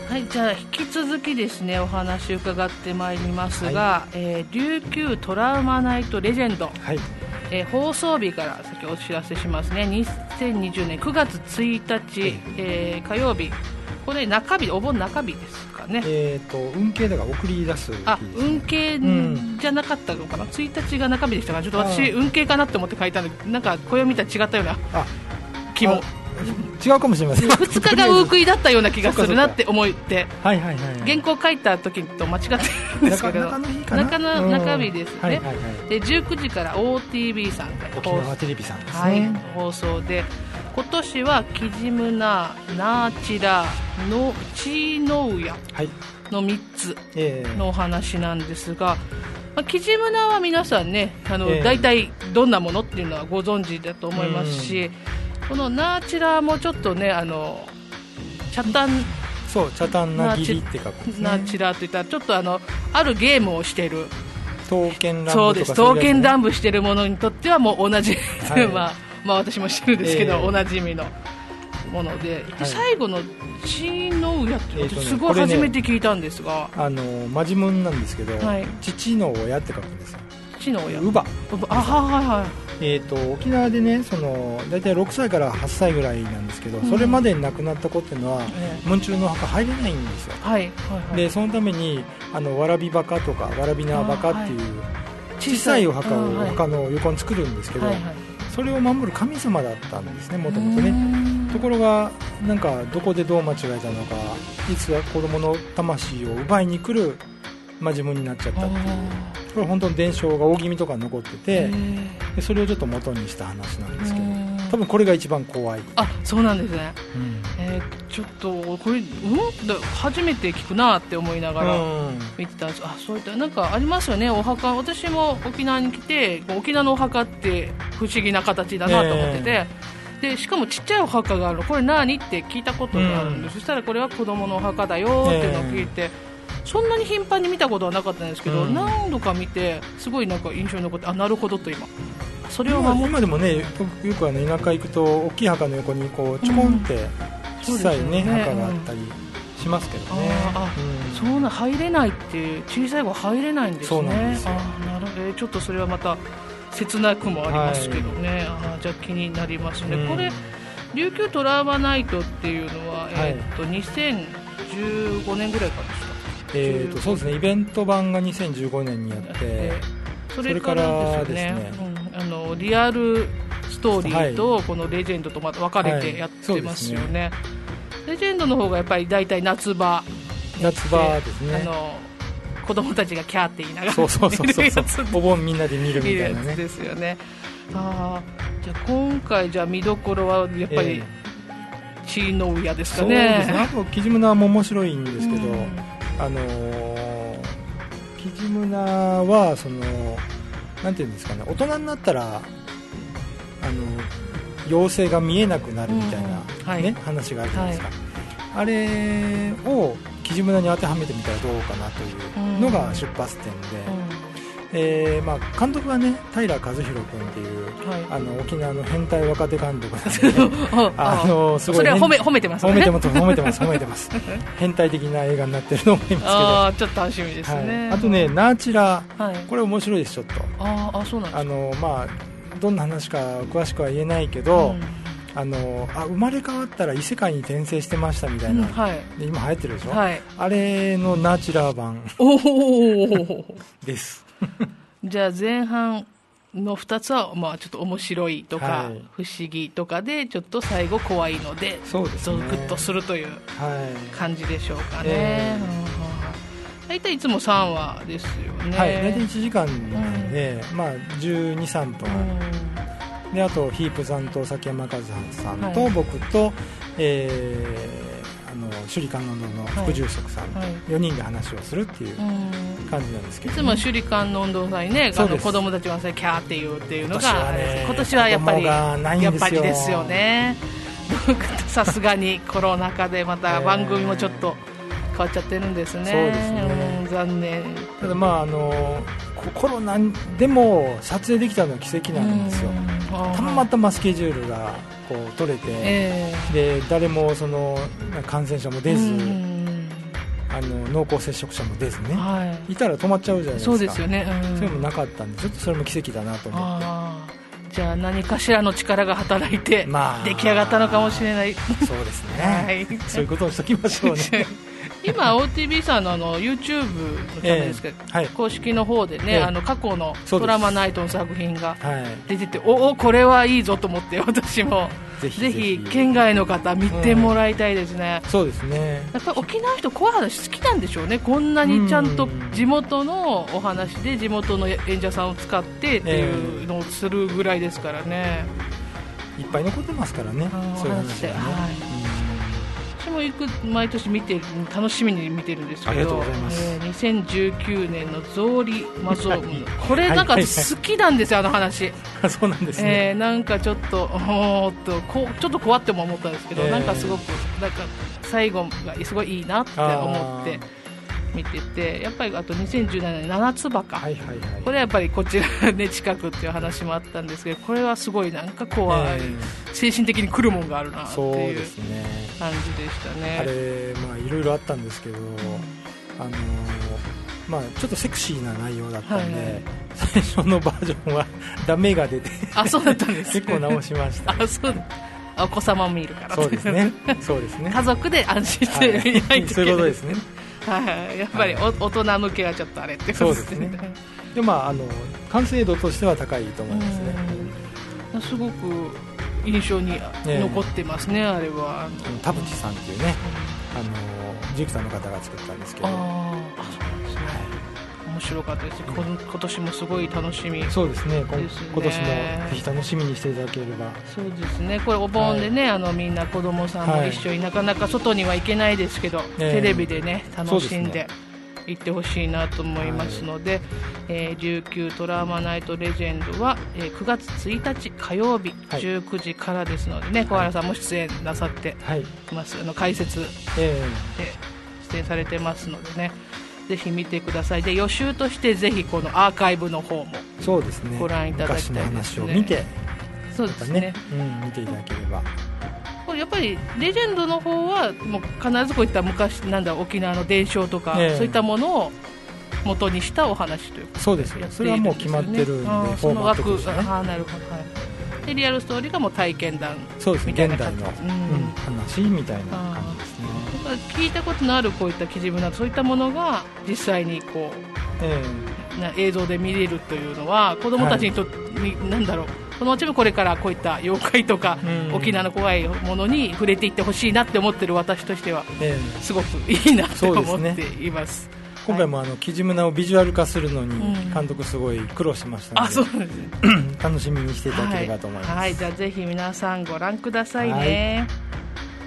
はい、じゃあ引き続きですねお話伺ってまいりますが、はい、えー、琉球トラウマナイトレジェンド、はい、えー、放送日から先お知らせしますね。にせんにじゅうねんくがつついたち、はい、えー、火曜日、これ中日、お盆中日ですかね。 えーと運慶だから送り出す日ですね。 あ、運慶じゃなかったのかな、うん、ついたちが中日でしたから、ちょっと私運慶かなって思って書いたので、なんか暦見たら違ったような気も違うかもしれません。 ふつかがウークイだったような気がするなって思って、 はいはいはいはい、 原稿書いた時と間違ってるんですけど、 中の日かな、 中の中日ですね、はいはいはい、でじゅうくじから オーティービー さんで沖縄テレビさんですね、 はい、放送で、今年はキジムナ、ナーチラのチーノウヤのみっつのお話なんですが、まあ、キジムナは皆さんね、あの、えー、大体どんなものっていうのはご存知だと思いますし、このナーチラもちょっとね、あのチャタン、 そうチャタンナギリって書くんですね。 ナーチラといったらちょっとあのあるゲームをしている刀剣乱舞とか、 そうです、刀剣乱舞しているものにとってはもう同じ、はい、まあまあ私もしてるんですけど、えー、おなじみのもので、で最後のチーノウヤっていうのすごい初めて聞いたんですが、 えーね、あのマジムンなんですけど、はい、父の親って書くんですよ。 父の親、 乳母、 あ、はいはいはい。 えー、と沖縄でね、その大体ろくさいからはっさいぐらいなんですけど、うん、それまでに亡くなった子っていうのは、えー、文中の墓入れないんですよ、 はいはいはい、 でそのためにあのわらび墓とかわらび縄墓っていう、はい、小さいお墓をお墓の横に作るんですけど、はいはい、それを守る神様だったんですね、もともとね。ところがなんかどこでどう間違えたのか、いつは子供の魂を奪いに来るマジムになっちゃったっていう、これ本当に伝承が大気味とか残ってて、でそれをちょっと元にした話なんですけど、多分これが一番怖い。 あ、そうなんですね、うん、えー、ちょっとこれ、うん、初めて聞くなって思いながら見てたんです。あ、そういったなんかありますよね、お墓。私も沖縄に来て、沖縄のお墓って不思議な形だなと思ってて、えー、でしかもちっちゃいお墓があるの、これ何って聞いたことがあるんで、うん、そしたらこれは子供のお墓だよっていうのを聞いて、えーそんなに頻繁に見たことはなかったんですけど、うん、何度か見てすごいなんか印象に残って、あ、なるほどと今それを守って、 今でもね、よくあの田舎行くと大きい墓の横にこうちょこんって小さい、ね、うんね、墓があったりしますけどね、 うん、ああ、うん、そうな、入れないって小さい子は入れないんですね。 そうなんですよ。 あ、なるほど、ちょっとそれはまた切なくもありますけどね、はい、あ、じゃあ気になりますね、うん、これ琉球トラウマナイトっていうのは、えー、っとにせんじゅうごねんぐらいからですか。 えー、とそうですね、イベント版がにせんじゅうごねんにやって、えー、 それからですね、うん、あのリアルストーリーとこのレジェンドとまた分かれてやってますよね、はいはい、レジェンドの方がやっぱり大体夏場夏場ですね、 あの子供たちがキャーって言いながらそうそうそうそうお盆みんなで見るみたいなねですよね。あ、じゃあ今回じゃあ見どころはやっぱり、えー、チーノウヤですかね。 そうですね、あとキジムナも面白いんですけど、うん、あのー、キジムナはそのなんていうんですかね、大人になったらあの妖精が見えなくなるみたいな、ね、うん、はい、話があるじゃないですか、はい、あれをキジムナに当てはめてみたらどうかなというのが出発点で、うん、えーまあ、監督はね平和弘君っていう、はい、あの沖縄の変態若手監督なんで、ね、あのすごいそれは褒め、褒めてますね。 褒めてます褒めてます褒めてます変態的な映画になってると思いますけど、 あ、ちょっと楽しみですね、 はい、あとね、ナーチラ、はい、これ面白いです。ちょっとああ、そうなんですか。 あの、まあ、どんな話か詳しくは言えないけど、うん、あのあ生まれ変わったら異世界に転生してましたみたいな、うん、はい、で今流行ってるでしょ、はい、あれのナーチラー版ですじゃあ前半のふたつは、まあ、ちょっと面白いとか、はい、不思議とかでちょっと最後怖いのでゾクッとするという感じでしょうかね、はい、えー、大体いつもさんわですよね。 はい、大体いちじかんなんで、うん、まあ、じゅうに、さんぷん、うん、であとヒープさんと崎山和葉さんと、はい、僕と、えーあの首里観音堂の副住職さん、はいはい、よにんで話をするっていう感じなんですけど、ね、 いつも首里観音堂さんにね、あの子供たちがキャーって言うっていうのが今年は、ね、今年はやっぱりやっぱりですよねさすがにコロナ禍でまた番組もちょっと変わっちゃってるんですね。 そうですね、 うん、残念。 ただまああのコロナでも撮影できたのは奇跡なんですよ。たまたまスケジュールがこう取れて、えー、で誰もその感染者も出ずあの濃厚接触者も出ずね、はい、いたら止まっちゃうじゃないですか。 そうですよね、うん、 それもなかったんでちょっとそれも奇跡だなと思って。 あじゃあ何かしらの力が働いて出来上がったのかもしれない、 まあ、そうですね、はい、そういうことをしときましょうね今 オーティービー さんの, あの YouTube のチャンネルですけど、えーはい、公式の方でね、えー、あの過去のトラマナイトの作品が出てて、はい、おおこれはいいぞと思って私もぜひぜひ県外の方見てもらいたいですね、 うん、そうですね。 やっぱり沖縄の人怖い話好きなんでしょうね。こんなにちゃんと地元のお話で地元の演者さんを使ってっていうのをするぐらいですからね、 えー、いっぱい残ってますからね、そういう話はね、はい私も行く毎年見てる楽しみに見てるんですけど、 ありがとうございます、 えー、にせんじゅうきゅうねんの草履マゾームこれなんか好きなんですよ、あの話そうなんですね、 えー、なんかちょっとおーっとこちょっと怖っても思ったんですけど、えー、なんかすごくなんか最後がすごいいいなって思って見てて、やっぱりあとにせんじゅうななねん七つ葉か、はいはいはい、これはやっぱりこちら、ね、近くっていう話もあったんですけど、これはすごいなんか怖い、えー、精神的に来るもんがあるなっていう感じでしたね。 あれ、まあ、いろいろあったんですけど、あのーまあ、ちょっとセクシーな内容だったんで、はいはい、最初のバージョンはダメが出てあそうだったんです、ね、 結構直しました、ね、 あそうお子様を見るからそうですねそうですね家族で安心して見ないといけない、はい、 そういうことですねはい、やっぱりお、はい、大人向けはちょっとあれってことですね。そうですね。 で、まあ、あの完成度としては高いと思いますね。 すごく印象に残ってますね、えー、あれは。 田淵さんっていうね、あのジュキさんの方が作ったんですけど、ああ、そうなんですね。 面白かったです。こ今年もすごい楽しみですね。 そうですね。今年もぜひ楽しみにしていただければ。 そうですね。これお盆でね、はい、あのみんな子供さんも一緒に、はい、なかなか外には行けないですけど、えー、テレビでね楽しんで行ってほしいなと思いますので、はい、えー、琉球トラウマナイトレジェンドは、えー、くがつついたち火曜日、はい、じゅうくじからですのでね、小原さんも出演なさってます、はい、あの解説で出演されてますのでね。ぜひ見てください。で予習としてぜひこのアーカイブの方もご覧いただきたいですね。 昔の話を見て、 そうですね、 うん、見ていただければ。 これやっぱりレジェンドの方はもう必ずこういった昔なんだ沖縄の伝承とか、えー、そういったものを元にしたお話というそうですよ。それはもう決まってるんで、 その枠、ね、あなるほど、はい、でリアルストーリーがもう体験談みたいな感じ、 そうですね、現代の、うん、話みたいな感じですね。 聞いたことのあるこういった記事文などそういったものが実際にこう、えー、な映像で見れるというのは子どもたちにとって、はい、なんだろう子どもたちもこれからこういった妖怪とか、うん、沖縄の怖いものに触れていってほしいなって思ってる私としては、えー、すごくいいなと思っています。 今回もあのキジムナをビジュアル化するのに監督すごい苦労しましたので、 あ、そうなんですね楽しみにしていただければと思います。 はい、はい、じゃあぜひ皆さんご覧くださいね。はい、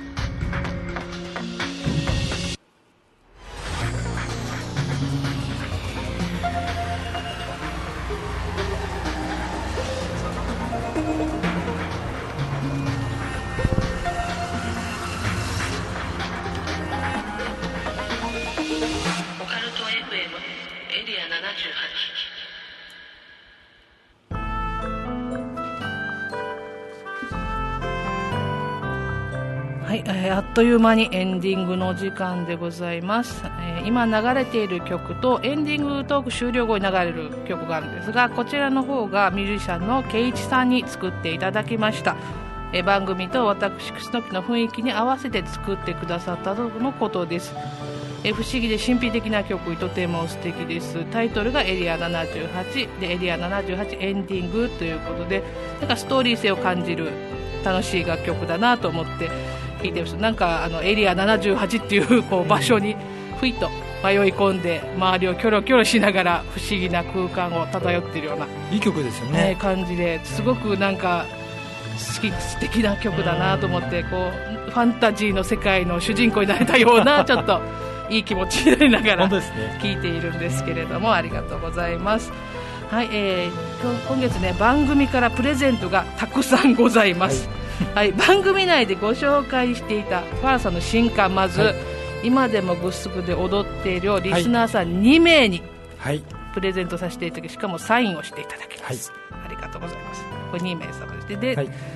はい、えー、あっという間にエンディングの時間でございます、えー、今流れている曲とエンディングトーク終了後に流れる曲があるんですが、こちらの方がミュージシャンのケイチさんに作っていただきました。えー、番組と私楠木の雰囲気に合わせて作ってくださったとのことです。えー、不思議で神秘的な曲、とても素敵です。タイトルがエリアななじゅうはちでエリアななじゅうはちエンディングということで、なんかストーリー性を感じる楽しい楽曲だなと思って聞いてます。なんかあのエリアななじゅうはちっていう、こう場所にふいっと迷い込んで周りをキョロキョロしながら不思議な空間を漂っているようないい曲ですよね、 ね感じですごくなんか好き素敵な曲だなと思って、こうファンタジーの世界の主人公になれたようなちょっといい気持ちになりながら聞いているんですけれども、ありがとうございます。はい、えー、今月ね番組からプレゼントがたくさんございます。はいはい、番組内でご紹介していたファラさんの新刊、まず、はい、今でもグッスクで踊っているリスナーさんにめいにプレゼントさせていただき、しかもサインをしていただきます。はい、ありがとうございます。これにめいさまです。で、はい、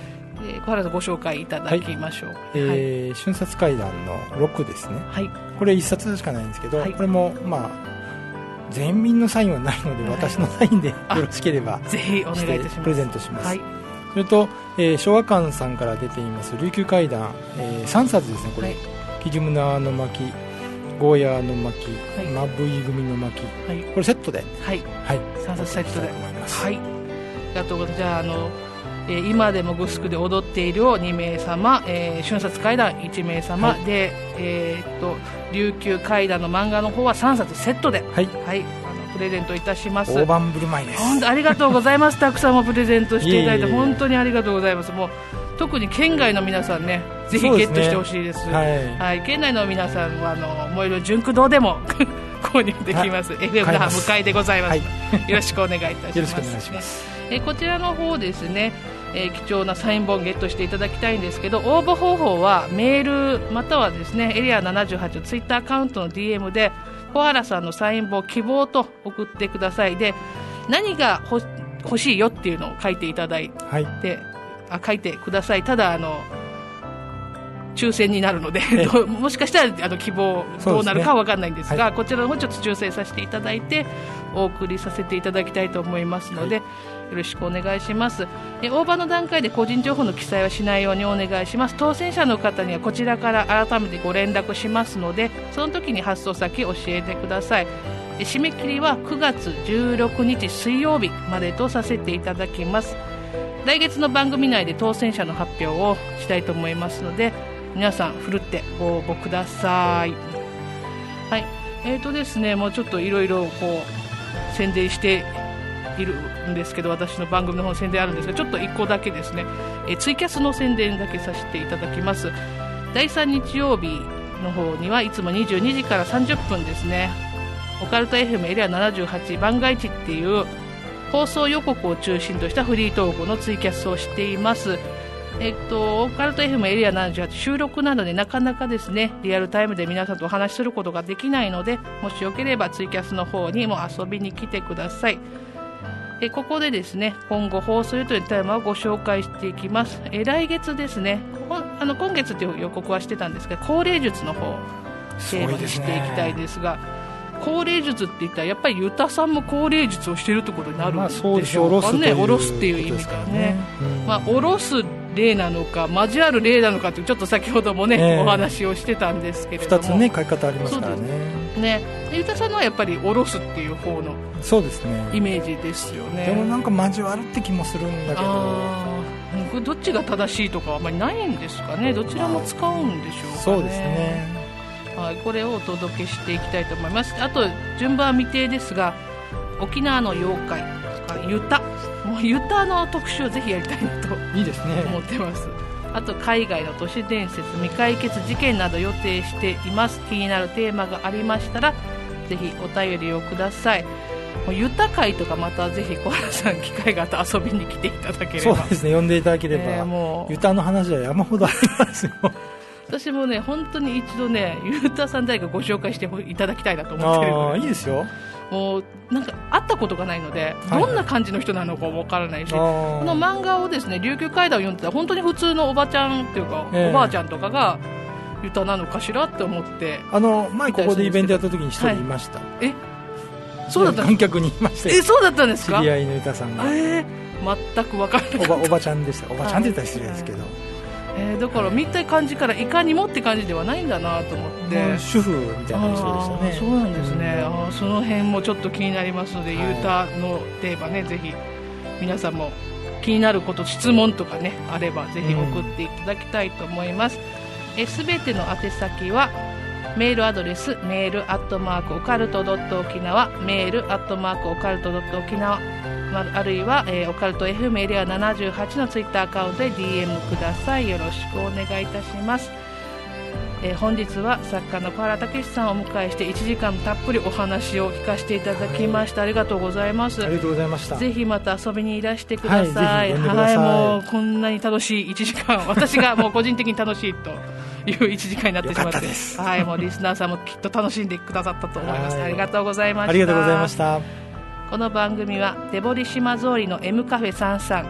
えー、小原さんご紹介いただきましょう。はい、 えー、瞬殺怪談のろくですね。はい、これいっさつしかないんですけど、はい、これもまあ全民のサインはないので、はい、私のサインでよろしければぜひお願いいたします。 プレゼントします。はい、それと、えー、昭和館さんから出ています琉球怪談、えー、さんさつですね。これ、はい、キジムナーの巻、ゴーヤーの巻、はい、マブイ組の巻、はい、これセットで、はい、はい、 さんさつセットで、はい、ありがとうございます。じゃあ、あのえー、今でもグスクで踊っているをにめいさま、えー、瞬殺怪談いちめいさま、はい、で、えー、っと琉球怪談の漫画の方はさんさつセットで、はい、はい、あのプレゼントいたします。 大盤振る舞いです。 本当ありがとうございます。たくさんもプレゼントしていただいて本当にありがとうございます。もう特に県外の皆さんね、ぜひゲットしてほしいです。ですね、はい、はい、県内の皆さんはあの燃える純駆動でも購入できます。 エフエム 那覇向かいでございます。はい、よろしくお願いいたします。 よろしくお願いします。 えこちらの方ですね、えー、貴重なサイン本ゲットしていただきたいんですけど、応募方法はメールまたはですねエリアななじゅうはちのツイッターアカウントの ディーエム で小原さんのサイン本希望と送ってください。で、何が欲しいよっていうのを書いていただいて、はい、あ書いてください。ただあの抽選になるのでもしかしたらあの希望どうなるかは分かんないんですが、はい、こちらの方ちょっと抽選させていただいてお送りさせていただきたいと思いますので、はい、よろしくお願いします。え応募の段階で個人情報の記載はしないようにお願いします。当選者の方にはこちらから改めてご連絡しますので、その時に発送先教えてください。締め切りはくがつじゅうろくにち水曜日までとさせていただきます。来月の番組内で当選者の発表をしたいと思いますので、皆さんふるってご応募ください。はい、えーとですね、もうちょっといろいろこう宣伝しているんですけど、私の番組の方の宣伝あるんですが、ちょっといっこだけですね、えー、ツイキャスの宣伝だけさせていただきます。だいさん日曜日の方にはいつもにじゅうにじからさんじゅっぷんですね、オカルト エフエム エリアななじゅうはち番外地っていう放送予告を中心としたフリートークのツイキャスをしています。えっと、オカルト エフエム エリアななじゅうはち収録などでなかなかですねリアルタイムで皆さんとお話しすることができないので、もしよければツイキャスの方にも遊びに来てください。えここでですね今後放送予定のテーマをご紹介していきます。え来月ですね、あの今月という予告はしてたんですが、高齢術の方テーマにしていきたいですが、高齢術って言ったらやっぱりユタさんも高齢術をしているということになるんでしょうかね。下ろすっていう意味からね、まあ、下ろす例なのか交わる例なのかってちょっと先ほどもね、えー、お話をしてたんですけれども、ふたつね書き方ありますからね。ね、ユタさんのはやっぱり下ろすっていう方のそうですねイメージですよね。 でもなんか交わるって気もするんだけど、 あどっちが正しいとかはあんまりないんですかね。どちらも使うんでしょうかね。 そうですね、 はい、これをお届けしていきたいと思います。あと順番未定ですが、沖縄の妖怪ユタ、もうユタの特集をぜひやりたいなといいですね思ってます。あと海外の都市伝説、未解決事件など予定しています。気になるテーマがありましたらぜひお便りをください。もうユタ会とかまたぜひ小原さん機会があったら遊びに来ていただければ。 そうですね、呼んでいただければ、えー、もうユタの話は山ほどありますよ私もね本当に一度ねユタさん誰かご紹介していただきたいなと思ってるので。 あいいですよ。 もうなんか会ったことがないので、はい、どんな感じの人なのかわからないし、この漫画をですね琉球怪談を読んでたら本当に普通のおばちゃんっていうか、えー、おばあちゃんとかがユタなのかしらって思って、 あの前ここでイベントやった時に一人いました、はい、 えそうだった観客にいましたよ。 えそうだったんですか。 知り合いのユタさんが、 えー、全く分からなかった。 おば、おばちゃんでした。おばちゃんって言ったら失礼ですけど、 えー、だから見た感じからいかにもって感じではないんだなと思って、 はい、主婦みたいな人でしたね。 そうなんですね、うん、あその辺もちょっと気になりますので、はい、ユタのテーマねぜひ皆さんも気になること質問とかねあればぜひ送っていただきたいと思います。すべ、うん、ての宛先はメールアドレスメールアットマークオカルトドット沖縄、メールアットマークオカルトドット沖縄、あるいは、えー、オカルト エフエム エリアななじゅうはちのツイッターアカウントで ディーエム ください。よろしくお願いいたします。えー、本日は作家の小原武史さんをお迎えしていちじかんたっぷりお話を聞かせていただきました。ありがとうございます。 ありがとうございました。 ぜひまた遊びにいらしてください。はい、はい、もうこんなに楽しいいちじかん、私がもう個人的に楽しいといういちじかんになってしまって、はい、もうリスナーさんもきっと楽しんでくださったと思います。ありがとうございました。 ありがとうございました。 この番組は手堀島通りの M カフェさんさん、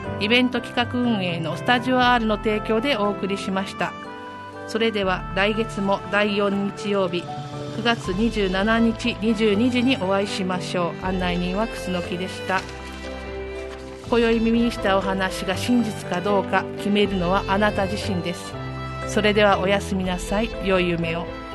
イベント企画運営のスタジオ R の提供でお送りしました。それでは来月もだいよん日曜日くがつにじゅうしちにちにじゅうにじにお会いしましょう。案内人は楠木でした。今宵耳にしたお話が真実かどうか決めるのはあなた自身です。それではおやすみなさい。良い夢を。